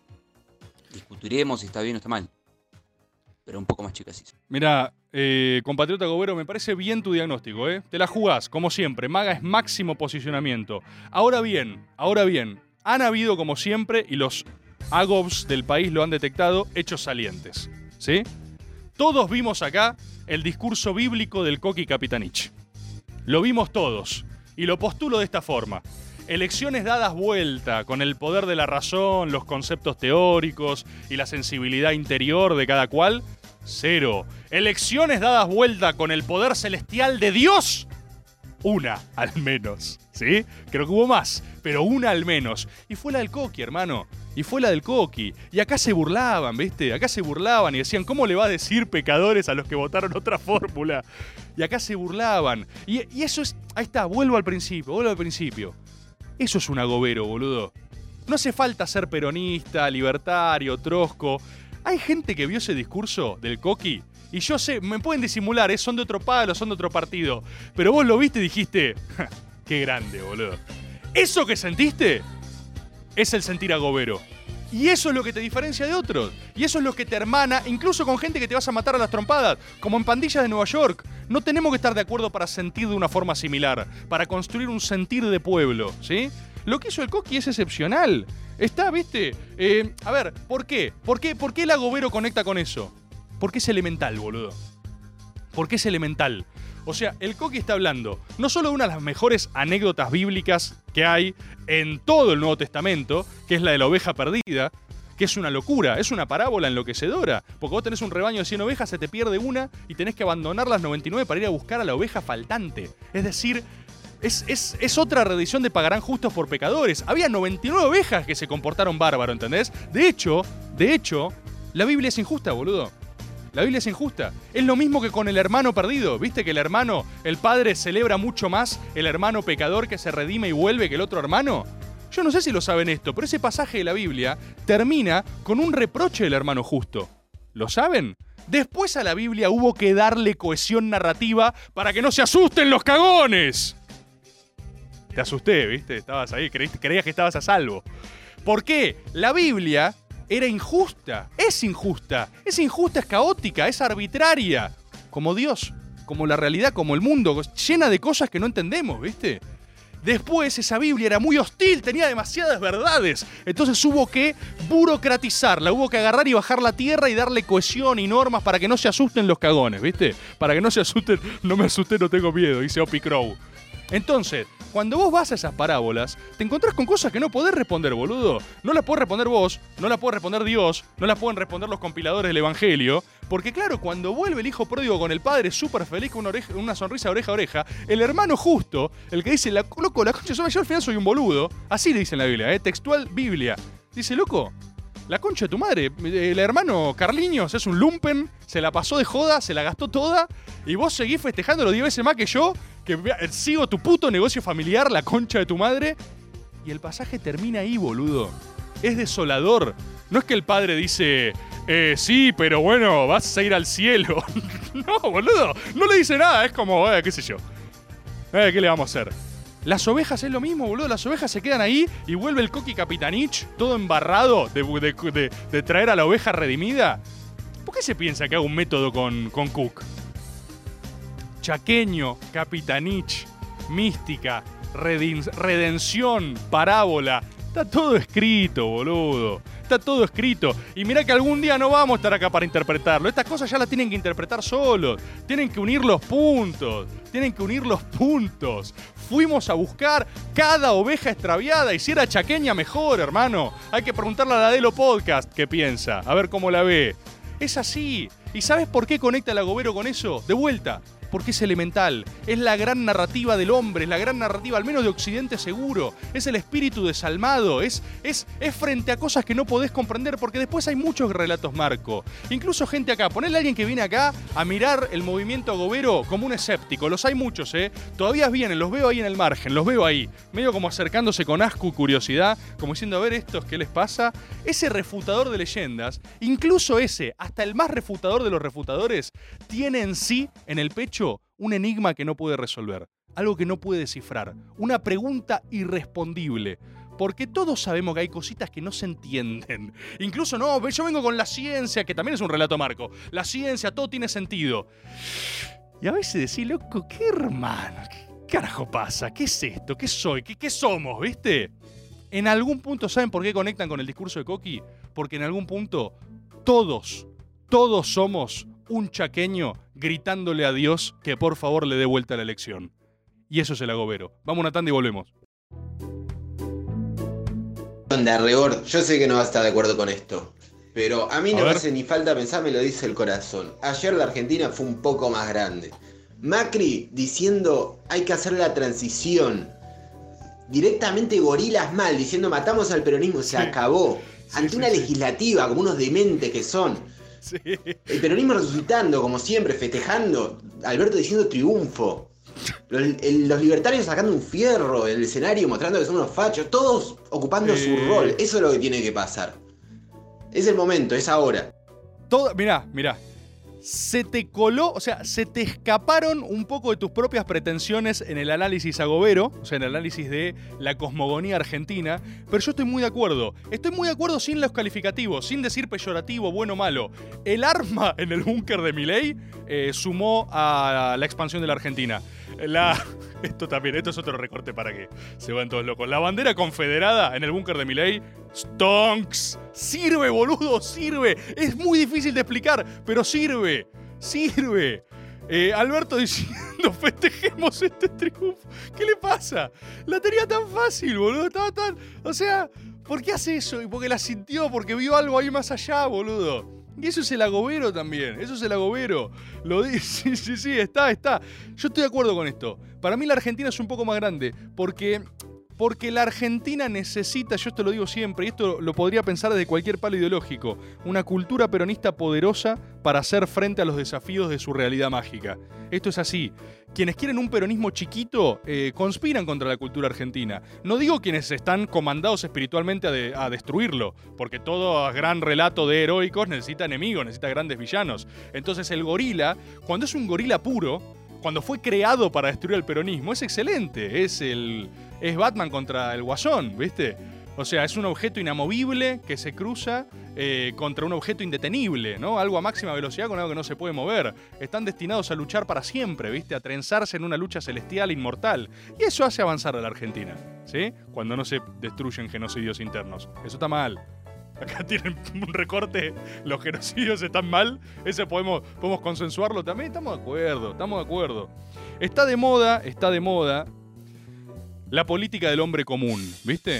Discutiremos si está bien o está mal, pero un poco más chica se hizo. Mirá, compatriota Gobero, me parece bien tu diagnóstico, ¿eh? Te la jugás, como siempre. Maga es máximo posicionamiento. Ahora bien, han habido, como siempre, y los AGOVs del país lo han detectado, hechos salientes, ¿sí? Todos vimos acá el discurso bíblico del Coqui Capitanich. Lo vimos todos, y lo postulo de esta forma. Elecciones dadas vuelta, con el poder de la razón, los conceptos teóricos y la sensibilidad interior de cada cual, 0. Elecciones dadas vuelta con el poder celestial de Dios, 1 al menos, ¿sí? Creo que hubo más, pero 1 al menos. Y fue la del Coqui, hermano. Y fue la del Coqui. Y acá se burlaban, ¿viste? Acá se burlaban y decían, ¿cómo le va a decir pecadores a los que votaron otra fórmula? Y acá se burlaban. Y eso es... Ahí está, vuelvo al principio. Eso es un agobero, boludo. No hace falta ser peronista, libertario, trosco. Hay gente que vio ese discurso del Coqui y yo sé, me pueden disimular, son de otro palo, son de otro partido. Pero vos lo viste y dijiste, qué grande, boludo. Eso que sentiste es el sentir agobero. Y eso es lo que te diferencia de otros. Y eso es lo que te hermana, incluso con gente que te vas a matar a las trompadas, como en Pandillas de Nueva York. No tenemos que estar de acuerdo para sentir de una forma similar, para construir un sentir de pueblo, ¿sí? Lo que hizo el Coqui es excepcional. Está, ¿viste? A ver, ¿por qué? ¿Por qué el agobero conecta con eso? Porque es elemental, boludo. Porque es elemental. O sea, el Coqui está hablando no solo de una de las mejores anécdotas bíblicas que hay en todo el Nuevo Testamento, que es la de la oveja perdida, que es una locura, es una parábola enloquecedora, porque vos tenés un rebaño de 100 ovejas, se te pierde una y tenés que abandonar las 99 para ir a buscar a la oveja faltante. Es decir, es otra redención de pagarán justos por pecadores. Había 99 ovejas que se comportaron bárbaro, ¿entendés? De hecho, la Biblia es injusta, boludo. La Biblia es injusta. Es lo mismo que con el hermano perdido. ¿Viste que el padre celebra mucho más el hermano pecador que se redime y vuelve que el otro hermano? Yo no sé si lo saben esto, pero ese pasaje de la Biblia termina con un reproche del hermano justo. ¿Lo saben? Después a la Biblia hubo que darle cohesión narrativa para que no se asusten los cagones. Te asusté, ¿viste? Estabas ahí, creías que estabas a salvo. ¿Por qué? La Biblia era injusta, es injusta, es caótica, es arbitraria, como Dios, como la realidad, como el mundo, llena de cosas que no entendemos, ¿viste? Después esa Biblia era muy hostil, tenía demasiadas verdades, entonces hubo que burocratizarla, hubo que agarrar y bajar la tierra y darle cohesión y normas para que no se asusten los cagones, ¿viste? Para que no se asusten, no me asusté, no tengo miedo, dice Opie Crow. Entonces, cuando vos vas a esas parábolas, te encontrás con cosas que no podés responder, boludo. No las podés responder vos, no las puede responder Dios, no las pueden responder los compiladores del Evangelio. Porque claro, cuando vuelve el hijo pródigo con el padre súper feliz, con una sonrisa de oreja a oreja, el hermano justo, el que dice, loco, la concha de su madre, yo al final soy un boludo. Así le dice en la Biblia, textual Biblia. Dice, loco, la concha de tu madre, el hermano Carliños es un lumpen, se la pasó de joda, se la gastó toda, y vos seguís festejándolo 10 veces más que yo, que sigo tu puto negocio familiar, la concha de tu madre. Y el pasaje termina ahí, boludo. Es desolador. No es que el padre dice, sí, pero bueno, vas a ir al cielo. No, boludo, no le dice nada, es como, qué sé yo. ¿Qué le vamos a hacer? Las ovejas es lo mismo, boludo. Las ovejas se quedan ahí y vuelve el Coqui Capitanich, todo embarrado de traer a la oveja redimida. ¿Por qué se piensa que hago un método con Cook? Chaqueño, Capitanich, mística, redención, parábola. Está todo escrito, boludo. Está todo escrito. Y mirá que algún día no vamos a estar acá para interpretarlo. Estas cosas ya las tienen que interpretar solos. Tienen que unir los puntos. Fuimos a buscar cada oveja extraviada. Y si era chaqueña, mejor, hermano. Hay que preguntarle a la Delo Podcast qué piensa. A ver cómo la ve. Es así. ¿Y sabes por qué conecta el agobero con eso? De vuelta. porque es elemental. Es la gran narrativa del hombre, es la gran narrativa, al menos de Occidente seguro. Es el espíritu desalmado, es frente a cosas que no podés comprender, porque después hay muchos relatos marco. Incluso gente acá, ponele a alguien que viene acá a mirar el movimiento agobero como un escéptico. Los hay muchos, Todavía vienen, los veo ahí en el margen, los veo ahí, medio como acercándose con asco y curiosidad, como diciendo, a ver estos, ¿qué les pasa? Ese refutador de leyendas, incluso ese, hasta el más refutador de los refutadores, tiene en sí, en el pecho, un enigma que no puede resolver, algo que no puede descifrar, una pregunta irrespondible. Porque todos sabemos que hay cositas que no se entienden. Incluso, no, yo vengo con la ciencia, que también es un relato marco. La ciencia, todo tiene sentido. Y a veces decís, loco, ¿qué hermano? ¿Qué carajo pasa? ¿Qué es esto? ¿Qué soy? ¿Qué somos? ¿Viste? En algún punto, ¿saben por qué conectan con el discurso de Coqui? Porque en algún punto, todos somos un chaqueño gritándole a Dios que por favor le dé vuelta a la elección. Y eso es el agobero. Vamos a una tanda y volvemos. Onda, Rebord, yo sé que no vas a estar de acuerdo con esto, pero a mí no me hace ni falta pensar, me lo dice el corazón. Ayer la Argentina fue un poco más grande. Macri diciendo hay que hacer la transición. Directamente gorilas mal, diciendo matamos al peronismo, se acabó. Ante una legislativa, como unos dementes que son. Sí. El peronismo resucitando, como siempre, festejando. Alberto diciendo triunfo. Los libertarios sacando un fierro del escenario, mostrando que son unos fachos, todos ocupando su rol. Eso es lo que tiene que pasar. Es el momento, es ahora. Mirá. Se te coló, o sea, se te escaparon un poco de tus propias pretensiones en el análisis agobero, o sea, en el análisis de la cosmogonía argentina, pero yo estoy muy de acuerdo. Estoy muy de acuerdo sin los calificativos, sin decir peyorativo, bueno o malo. El arma en el búnker de Milei sumó a la expansión de la Argentina. Esto es otro recorte para que se van todos locos. La bandera confederada en el búnker de Milei, stonks. Sirve, boludo, sirve. Es muy difícil de explicar, pero sirve. Alberto diciendo, festejemos este triunfo. ¿Qué le pasa? La tenía tan fácil, boludo. Estaba tan... O sea, ¿por qué hace eso? Y porque la sintió, porque vio algo ahí más allá, boludo. Y eso es el agobero también, eso es el agobero. Lo dice, sí, está. Yo estoy de acuerdo con esto. Para mí la Argentina es un poco más grande, porque la Argentina necesita, yo esto lo digo siempre, y esto lo podría pensar desde cualquier palo ideológico, una cultura peronista poderosa para hacer frente a los desafíos de su realidad mágica. Esto es así. Quienes quieren un peronismo chiquito conspiran contra la cultura argentina. No digo quienes están comandados espiritualmente a destruirlo, porque todo gran relato de heroicos necesita enemigos, necesita grandes villanos. Entonces el gorila, cuando es un gorila puro, cuando fue creado para destruir el peronismo, es excelente. Es Batman contra el Guasón, ¿viste? O sea, es un objeto inamovible que se cruza contra un objeto indetenible, ¿no? Algo a máxima velocidad con algo que no se puede mover. Están destinados a luchar para siempre, ¿viste? A trenzarse en una lucha celestial inmortal. Y eso hace avanzar a la Argentina, ¿sí? Cuando no se destruyen genocidios internos. Eso está mal. Acá tienen un recorte, los genocidios están mal. Ese podemos consensuarlo también. Estamos de acuerdo. Está de moda la política del hombre común, ¿viste?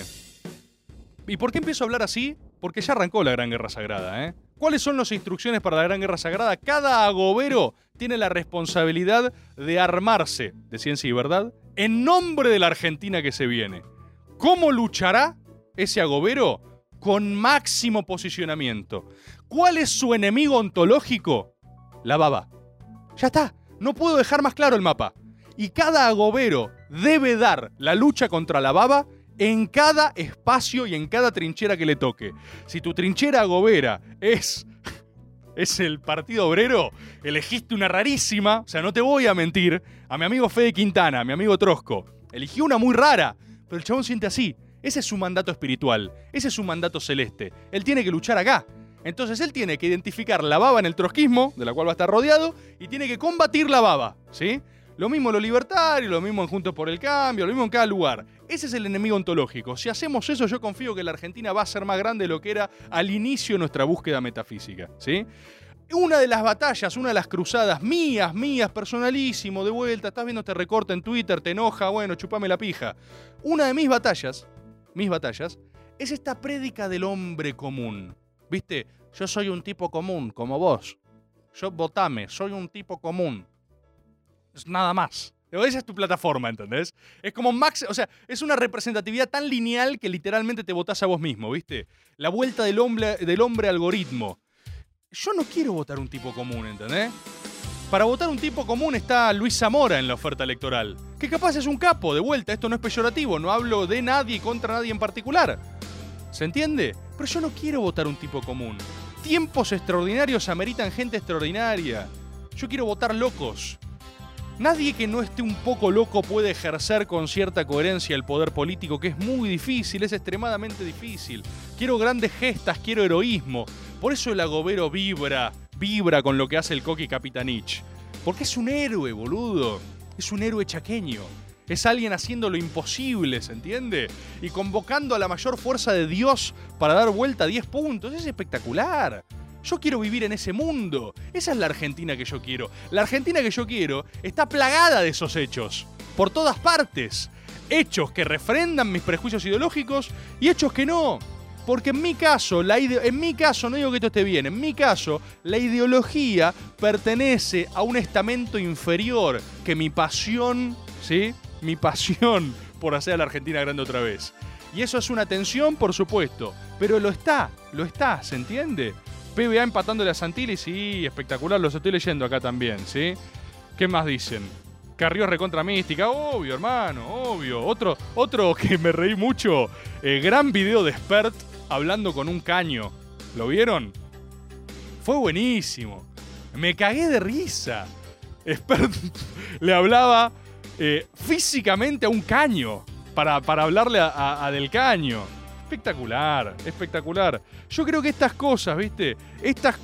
¿Y por qué empiezo a hablar así? Porque ya arrancó la Gran Guerra Sagrada, ¿eh? ¿Cuáles son las instrucciones para la Gran Guerra Sagrada? Cada agobero tiene la responsabilidad de armarse de ciencia y verdad en nombre de la Argentina que se viene. ¿Cómo luchará ese agobero? Con máximo posicionamiento. ¿Cuál es su enemigo ontológico? La baba. Ya está. No puedo dejar más claro el mapa. Y cada agobero debe dar la lucha contra la baba en cada espacio y en cada trinchera que le toque. Si tu trinchera agobera es el Partido Obrero, elegiste una rarísima, o sea, no te voy a mentir, a mi amigo Fede Quintana, a mi amigo Trosco, eligió una muy rara, pero el chabón siente así. Ese es su mandato espiritual, ese es su mandato celeste. Él tiene que luchar acá. Entonces él tiene que identificar la baba en el trotskismo, de la cual va a estar rodeado, y tiene que combatir la baba, ¿sí? Lo mismo en los libertarios, lo mismo en Juntos por el Cambio, lo mismo en cada lugar. Ese es el enemigo ontológico. Si hacemos eso, yo confío que la Argentina va a ser más grande de lo que era al inicio de nuestra búsqueda metafísica, ¿sí? Una de las batallas, una de las cruzadas mías, personalísimo, de vuelta, estás viendo este recorte en Twitter, te enoja, bueno, chupame la pija. Una de mis batallas, es esta prédica del hombre común. ¿Viste? Yo soy un tipo común, como vos. Yo votame, soy un tipo común. Es nada más. Esa es tu plataforma, ¿entendés? Es como Max, o sea, es una representatividad tan lineal que literalmente te votás a vos mismo, ¿viste? La vuelta del hombre algoritmo. Yo no quiero votar un tipo común, ¿entendés? Para votar un tipo común está Luis Zamora en la oferta electoral, que capaz es un capo, de vuelta, esto no es peyorativo, no hablo de nadie contra nadie en particular. ¿Se entiende? Pero yo no quiero votar un tipo común. Tiempos extraordinarios ameritan gente extraordinaria. Yo quiero votar locos. Nadie que no esté un poco loco puede ejercer con cierta coherencia el poder político, que es muy difícil, es extremadamente difícil. Quiero grandes gestas, quiero heroísmo. Por eso el agobero vibra con lo que hace el Coqui Capitanich. Porque es un héroe, boludo. Es un héroe chaqueño. Es alguien haciendo lo imposible, ¿se entiende? Y convocando a la mayor fuerza de Dios para dar vuelta a 10 puntos. Es espectacular. Yo quiero vivir en ese mundo. Esa es la Argentina que yo quiero. La Argentina que yo quiero está plagada de esos hechos. Por todas partes. Hechos que refrendan mis prejuicios ideológicos y hechos que no. Porque en mi caso, no digo que esto esté bien, en mi caso, la ideología pertenece a un estamento inferior que mi pasión, ¿sí? Mi pasión por hacer a la Argentina grande otra vez. Y eso es una tensión, por supuesto. Pero lo está, ¿se entiende? PBA empatándole a Santilli, sí, espectacular, los estoy leyendo acá también, ¿sí? ¿Qué más dicen? Carrió recontra mística, obvio, hermano, obvio. Otro que me reí mucho, gran video de Spert hablando con un caño. ¿Lo vieron? Fue buenísimo. Me cagué de risa. Spert le hablaba físicamente a un caño para hablarle a Del Caño. Espectacular, espectacular. Yo creo que estas cosas, ¿viste? Estas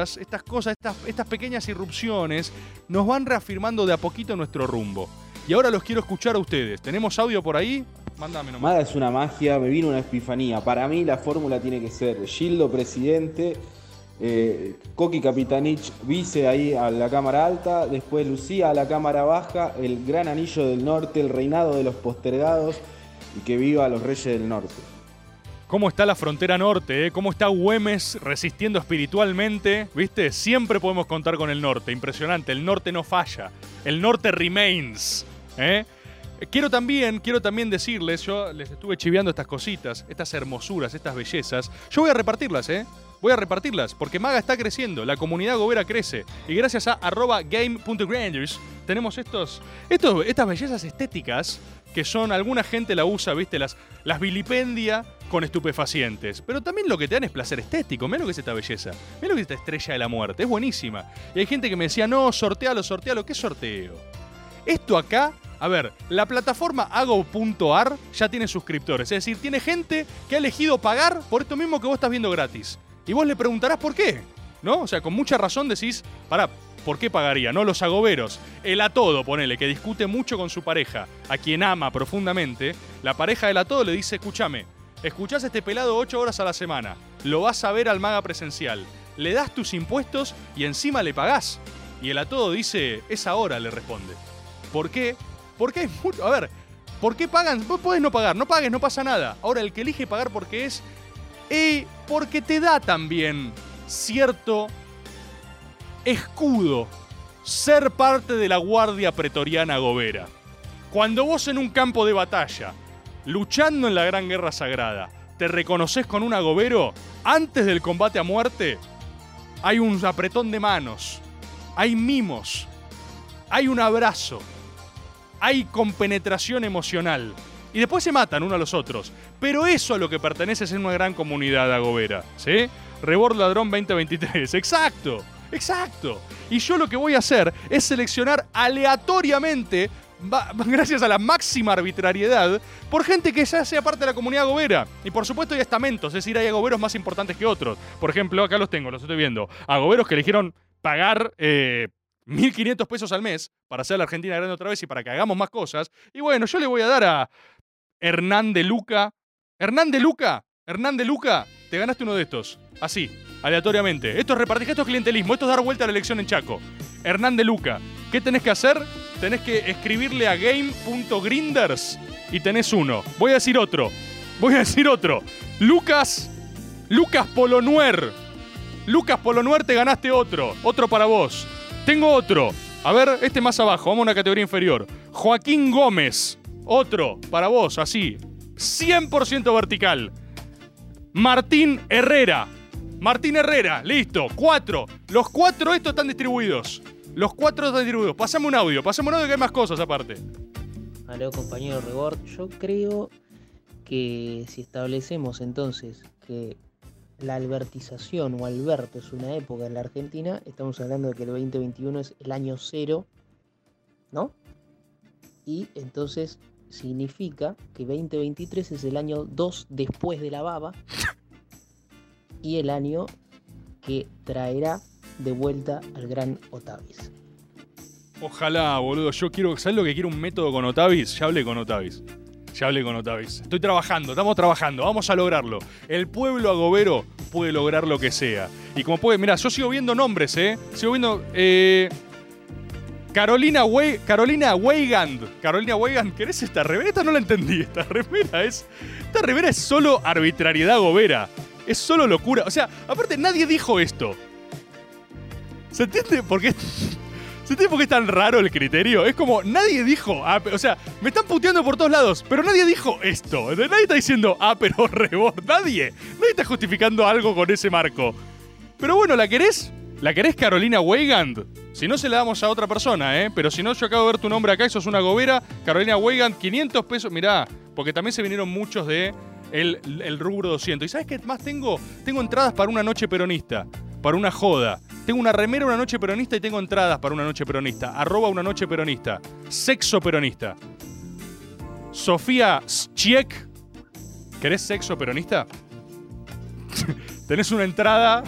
pequeñas irrupciones nos van reafirmando de a poquito nuestro rumbo. Y ahora los quiero escuchar a ustedes. ¿Tenemos audio por ahí? Mándame nomás. Maga es una magia, me vino una epifanía. Para mí la fórmula tiene que ser Gildo presidente, Coqui Capitanich vice ahí a la Cámara Alta, después Lucía a la Cámara Baja, el Gran Anillo del Norte, el reinado de los postergados y que viva los Reyes del Norte. ¿Cómo está la frontera norte? ¿Cómo está Güemes resistiendo espiritualmente? ¿Viste? Siempre podemos contar con el norte. Impresionante. El norte no falla. El norte remains. Quiero también decirles, yo les estuve chiveando estas cositas, estas hermosuras, estas bellezas. Yo voy a repartirlas, Voy a repartirlas, porque Maga está creciendo, la comunidad gobera crece. Y gracias a @game.granders tenemos estas bellezas estéticas que son, alguna gente la usa, ¿viste? Las vilipendia con estupefacientes. Pero también lo que te dan es placer estético. Mirá lo que es esta belleza. Mirá lo que es esta estrella de la muerte. Es buenísima. Y hay gente que me decía, no, sortealo. ¿Qué sorteo? Esto acá, a ver, la plataforma Ago.ar ya tiene suscriptores. Es decir, tiene gente que ha elegido pagar por esto mismo que vos estás viendo gratis. Y vos le preguntarás por qué, ¿no? O sea, con mucha razón decís, pará, ¿por qué pagaría? No, los agoberos. El Atodo, ponele, que discute mucho con su pareja, a quien ama profundamente. La pareja del Atodo le dice, escúchame, escuchás este pelado 8 horas a la semana, lo vas a ver al Maga presencial, le das tus impuestos y encima le pagás. Y el Atodo dice, es ahora, le responde. ¿Por qué? Porque hay mucho... A ver, ¿por qué pagan? Vos podés no pagar, no pagues, no pasa nada. Ahora, el que elige pagar porque es... porque te da también cierto escudo ser parte de la guardia pretoriana gobera. Cuando vos en un campo de batalla, luchando en la Gran Guerra Sagrada, te reconoces con un agobero, antes del combate a muerte, hay un apretón de manos, hay mimos, hay un abrazo, hay compenetración emocional. Y después se matan uno a los otros. Pero eso a lo que pertenece es en una gran comunidad agobera, ¿sí? Rebord Ladrón 2023. ¡Exacto! ¡Exacto! Y yo lo que voy a hacer es seleccionar aleatoriamente, gracias a la máxima arbitrariedad, por gente que ya sea parte de la comunidad agobera. Y por supuesto hay estamentos, es decir, hay agoberos más importantes que otros. Por ejemplo, acá los tengo, los estoy viendo. Agoberos que eligieron pagar 1.500 pesos al mes para hacer a la Argentina grande otra vez y para que hagamos más cosas. Y bueno, yo le voy a dar a Hernán de Luca. Hernán de Luca, te ganaste uno de estos. Así, aleatoriamente. Esto es repartir, esto es clientelismo, esto es dar vuelta a la elección en Chaco. Hernán de Luca, ¿qué tenés que hacer? Tenés que escribirle a game.grinders y tenés uno. Voy a decir otro. Lucas Polonuer. Lucas Polonuer, te ganaste otro. Otro para vos. Tengo otro. A ver, este más abajo, vamos a una categoría inferior. Joaquín Gómez, otro, para vos, así, 100% vertical. Martín Herrera, listo, 4. Los 4 estos están distribuidos. Pasame un audio que hay más cosas aparte. Aló, compañero Rebord. Yo creo que si establecemos entonces que la albertización o alberto es una época en la Argentina, estamos hablando de que el 2021 es el año 0, ¿no? Y entonces significa que 2023 es el año 2 después de la baba y el año que traerá de vuelta al gran Otavis. Ojalá, boludo. Yo quiero, ¿sabes lo que quiero? Un método con Otavis. Ya hablé con Otavis. Estamos trabajando, vamos a lograrlo. El pueblo agobero puede lograr lo que sea. Y como puede, mirá, yo sigo viendo nombres, Sigo viendo, Carolina Weigand, ¿querés esta remera? Esta no la entendí. Esta remera es solo arbitrariedad agobera. Es solo locura. O sea, aparte nadie dijo esto. ¿Se entiende por qué? ¿Se entiende por qué es tan raro el criterio? Es como, nadie dijo, o sea, me están puteando por todos lados, pero nadie dijo esto. Nadie está diciendo, pero Rebord. Nadie está justificando algo con ese marco. Pero bueno, ¿la querés? ¿La querés, Carolina Weigand? Si no, se la damos a otra persona, Pero si no, yo acabo de ver tu nombre acá y sos una gobera. Carolina Weigand, 500 pesos. Mirá, porque también se vinieron muchos de el rubro 200. ¿Y sabes qué más tengo? Tengo entradas para una noche peronista, para una joda. Tengo una remera una noche peronista y tengo entradas para una noche peronista. @una noche peronista. Sexo peronista. Sofía Schiek. ¿Querés sexo peronista? Tenés una entrada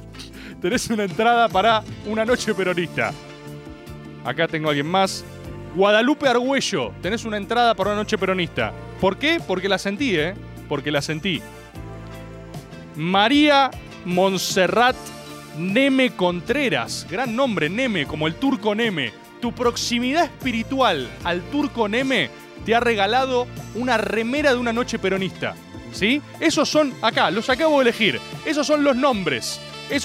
para una noche peronista. Acá tengo a alguien más. Guadalupe Argüello. Tenés una entrada para una noche peronista. ¿Por qué? Porque la sentí, Porque la sentí. María Montserrat Neme Contreras, gran nombre, Neme, como el turco Neme. Tu proximidad espiritual al turco Neme te ha regalado una remera de una noche peronista. ¿Sí? Esos son, acá, los acabo de elegir. Esos son los nombres.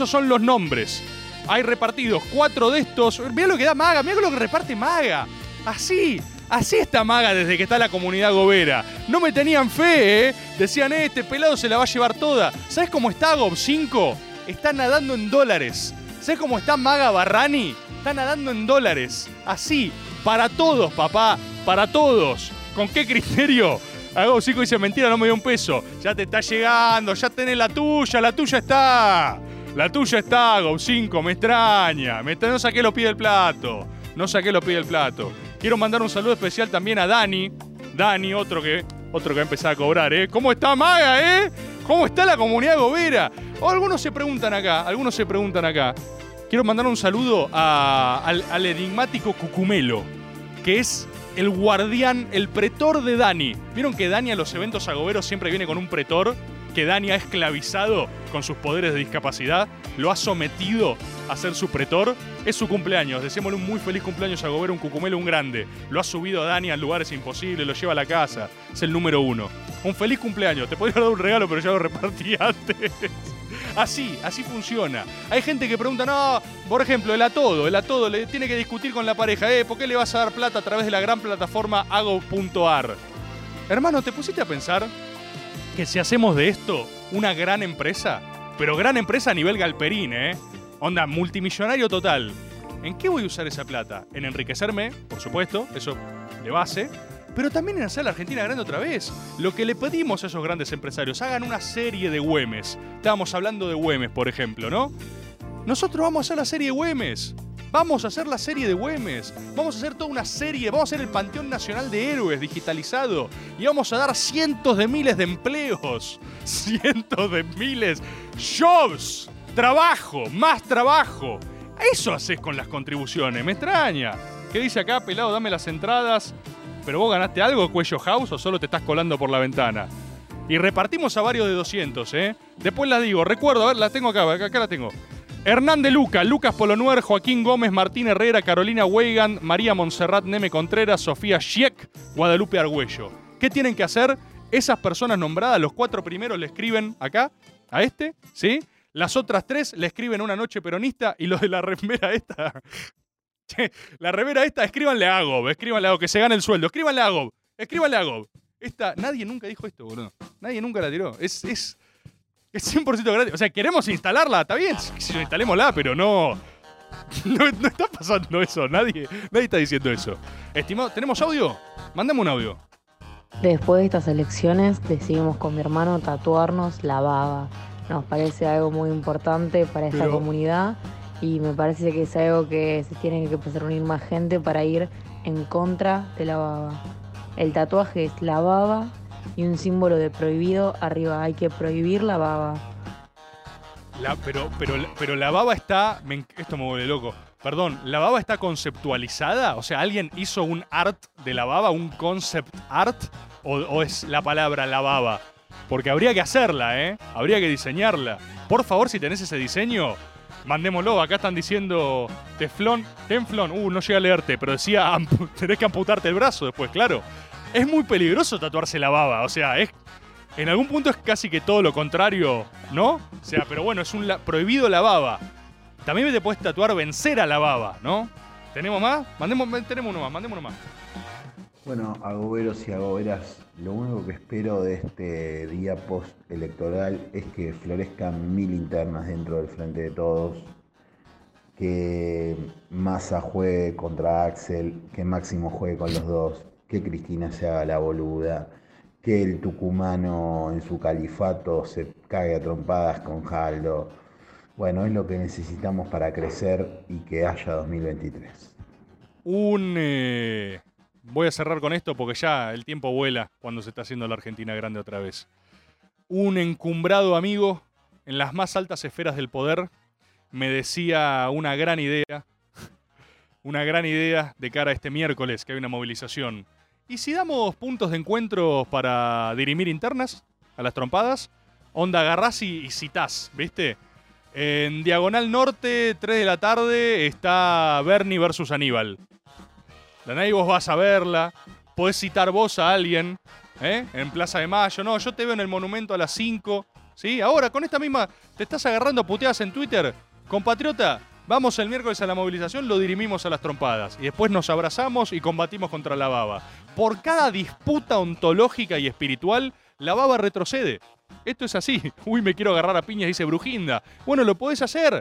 Hay repartidos 4 de estos. Mirá lo que da Maga, mirá lo que reparte Maga. Así está Maga desde que está la comunidad gobera. No me tenían fe, Decían, este pelado se la va a llevar toda. ¿Sabes cómo está Gob5? Está nadando en dólares. ¿Sabes cómo está Maga Barrani? Está nadando en dólares. Así, para todos, papá. Para todos. ¿Con qué criterio? Gob5 dice, mentira, no me dio un peso. Ya te está llegando, ya tenés la tuya está. La tuya está, Gob5, me extraña. No saqué los pies del plato. Quiero mandar un saludo especial también a Dani. Dani, otro que va a empezar a cobrar, ¿Cómo está Maga, ¿Cómo está la comunidad gobera? Algunos se preguntan acá. Quiero mandar un saludo al enigmático Cucumelo, que es el guardián, el pretor de Dani. ¿Vieron que Dani a los eventos agoberos siempre viene con un pretor? Que Dani ha esclavizado con sus poderes de discapacidad, lo ha sometido a ser su pretor. Es su cumpleaños, deseémosle un muy feliz cumpleaños a Gobero, un Cucumelo, un grande. Lo ha subido a Dani a lugares imposibles, lo lleva a la casa, es el número 1. Un feliz cumpleaños, te podría dar un regalo pero ya lo repartí antes. Así funciona. Hay gente que pregunta, no, por ejemplo, el Atodo le tiene que discutir con la pareja, ¿por qué le vas a dar plata a través de la gran plataforma ago.ar? Hermano, ¿te pusiste a pensar que si hacemos de esto una gran empresa, pero gran empresa a nivel Galperín, onda multimillonario total, ¿en qué voy a usar esa plata? En enriquecerme, por supuesto, eso de base, pero también en hacer la Argentina grande otra vez. Lo que le pedimos a esos grandes empresarios, hagan una serie de Güemes. Estábamos hablando de Güemes, por ejemplo, ¿no? Nosotros vamos a hacer la serie de Güemes. Vamos a hacer la serie de Güemes. Vamos a hacer toda una serie. Vamos a hacer el Panteón Nacional de Héroes digitalizado. Y vamos a dar cientos de miles de empleos. Cientos de miles. Jobs. Trabajo. Más trabajo. Eso haces con las contribuciones. Me extraña. ¿Qué dice acá? Pelado, dame las entradas. ¿Pero vos ganaste algo, Cuello House, o solo te estás colando por la ventana? Y repartimos a varios de 200, Después las digo. Recuerdo, a ver, la tengo acá la tengo. Hernán de Luca, Lucas Polonuer, Joaquín Gómez, Martín Herrera, Carolina Weigand, María Montserrat Neme Contreras, Sofía Schiek, Guadalupe Argüello. ¿Qué tienen que hacer? Esas personas nombradas, los 4 primeros le escriben acá, a este, ¿sí? Las otras 3 le escriben Una Noche Peronista y los de la remera esta Che, la remera esta, escríbanle a Agob, que se gane el sueldo. Escríbanle a Agob. Nadie nunca dijo esto, boludo. Nadie nunca la tiró. Es 100% gratis. O sea, queremos instalarla, está bien. Si instalémosla, pero no está pasando eso. Nadie está diciendo eso. Estimado, ¿tenemos audio? Mándame un audio. Después de estas elecciones decidimos con mi hermano tatuarnos la baba. Nos parece algo muy importante para esta comunidad y me parece que es algo que se tiene que empezar a unir más gente para ir en contra de la baba. El tatuaje es la baba y un símbolo de prohibido arriba. Hay que prohibir la baba. Pero la baba está... Esto me vuelve loco. Perdón, ¿la baba está conceptualizada? O sea, ¿alguien hizo un art de la baba? ¿Un concept art? ¿O es la palabra la baba? Porque habría que hacerla, ¿eh? Habría que diseñarla. Por favor, si tenés ese diseño, mandémoslo. Acá están diciendo Teflón. No llega a leerte, pero decía tenés que amputarte el brazo después, claro. Es muy peligroso tatuarse la baba. O sea, en algún punto es casi que todo lo contrario, ¿no? O sea, pero bueno, es prohibido la baba. También te puedes tatuar vencer a la baba, ¿no? ¿Tenemos más? Tenemos uno más, mandemos uno más. Bueno, agoberos y agoberas, lo único que espero de este día post-electoral es que florezcan 1000 internas dentro del Frente de Todos, que Massa juegue contra Axel, que Máximo juegue con los dos, que Cristina se haga la boluda, que el tucumano en su califato se cague a trompadas con Jaldo. Bueno, es lo que necesitamos para crecer y que haya 2023. Voy a cerrar con esto porque ya el tiempo vuela cuando se está haciendo la Argentina grande otra vez. Un encumbrado amigo en las más altas esferas del poder me decía una gran idea de cara a este miércoles que hay una movilización. ¿Y si damos puntos de encuentro para dirimir internas a las trompadas? Onda, agarrás y citás, ¿viste? En Diagonal Norte, 3 de la tarde, está Bernie versus Aníbal. Danay, vos vas a verla. Podés citar vos a alguien, en Plaza de Mayo. No, yo te veo en el Monumento a las 5. ¿Sí? Ahora, con esta misma... ¿Te estás agarrando puteadas en Twitter? Compatriota, vamos el miércoles a la movilización, lo dirimimos a las trompadas. Y después nos abrazamos y combatimos contra la baba. Por cada disputa ontológica y espiritual, la baba retrocede. Esto es así. Uy, me quiero agarrar a piñas, dice Brujinda. Bueno, lo podés hacer.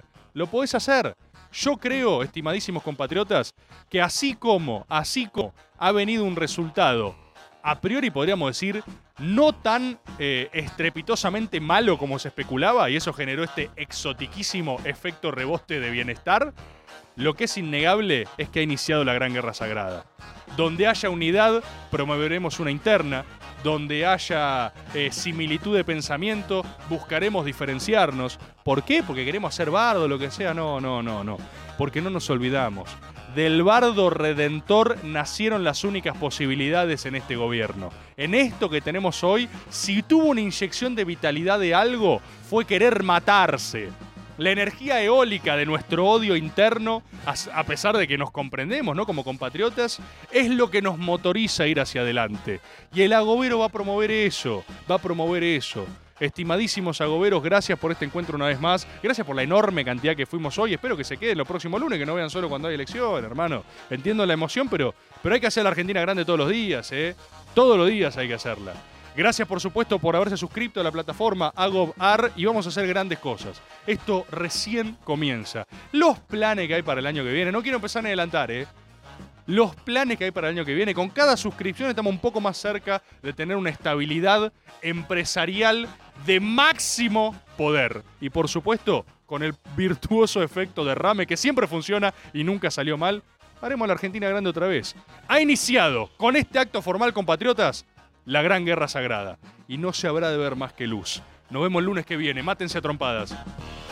Yo creo, estimadísimos compatriotas, que así como ha venido un resultado, a priori podríamos decir, no tan estrepitosamente malo como se especulaba, y eso generó este exotiquísimo efecto rebote de bienestar, lo que es innegable es que ha iniciado la Gran Guerra Sagrada. Donde haya unidad, promoveremos una interna. Donde haya similitud de pensamiento, buscaremos diferenciarnos. ¿Por qué? Porque queremos hacer bardo, lo que sea. No. Porque no nos olvidamos. Del bardo redentor nacieron las únicas posibilidades en este gobierno. En esto que tenemos hoy, si tuvo una inyección de vitalidad de algo, fue querer matarse. La energía eólica de nuestro odio interno, a pesar de que nos comprendemos, ¿no? Como compatriotas, es lo que nos motoriza a ir hacia adelante. Y el agobero va a promover eso. Estimadísimos agoberos, gracias por este encuentro una vez más. Gracias por la enorme cantidad que fuimos hoy. Espero que se queden los próximos lunes, que no vean solo cuando hay elección, hermano. Entiendo la emoción, pero hay que hacer la Argentina grande todos los días, ¿eh? Todos los días hay que hacerla. Gracias, por supuesto, por haberse suscrito a la plataforma AgobAR y vamos a hacer grandes cosas. Esto recién comienza. Los planes que hay para el año que viene, no quiero empezar a adelantar, Los planes que hay para el año que viene, con cada suscripción estamos un poco más cerca de tener una estabilidad empresarial de máximo poder. Y por supuesto, con el virtuoso efecto derrame que siempre funciona y nunca salió mal, haremos la Argentina grande otra vez. Ha iniciado con este acto formal, compatriotas, la Gran Guerra Sagrada. Y no se habrá de ver más que luz. Nos vemos el lunes que viene. Mátense a trompadas.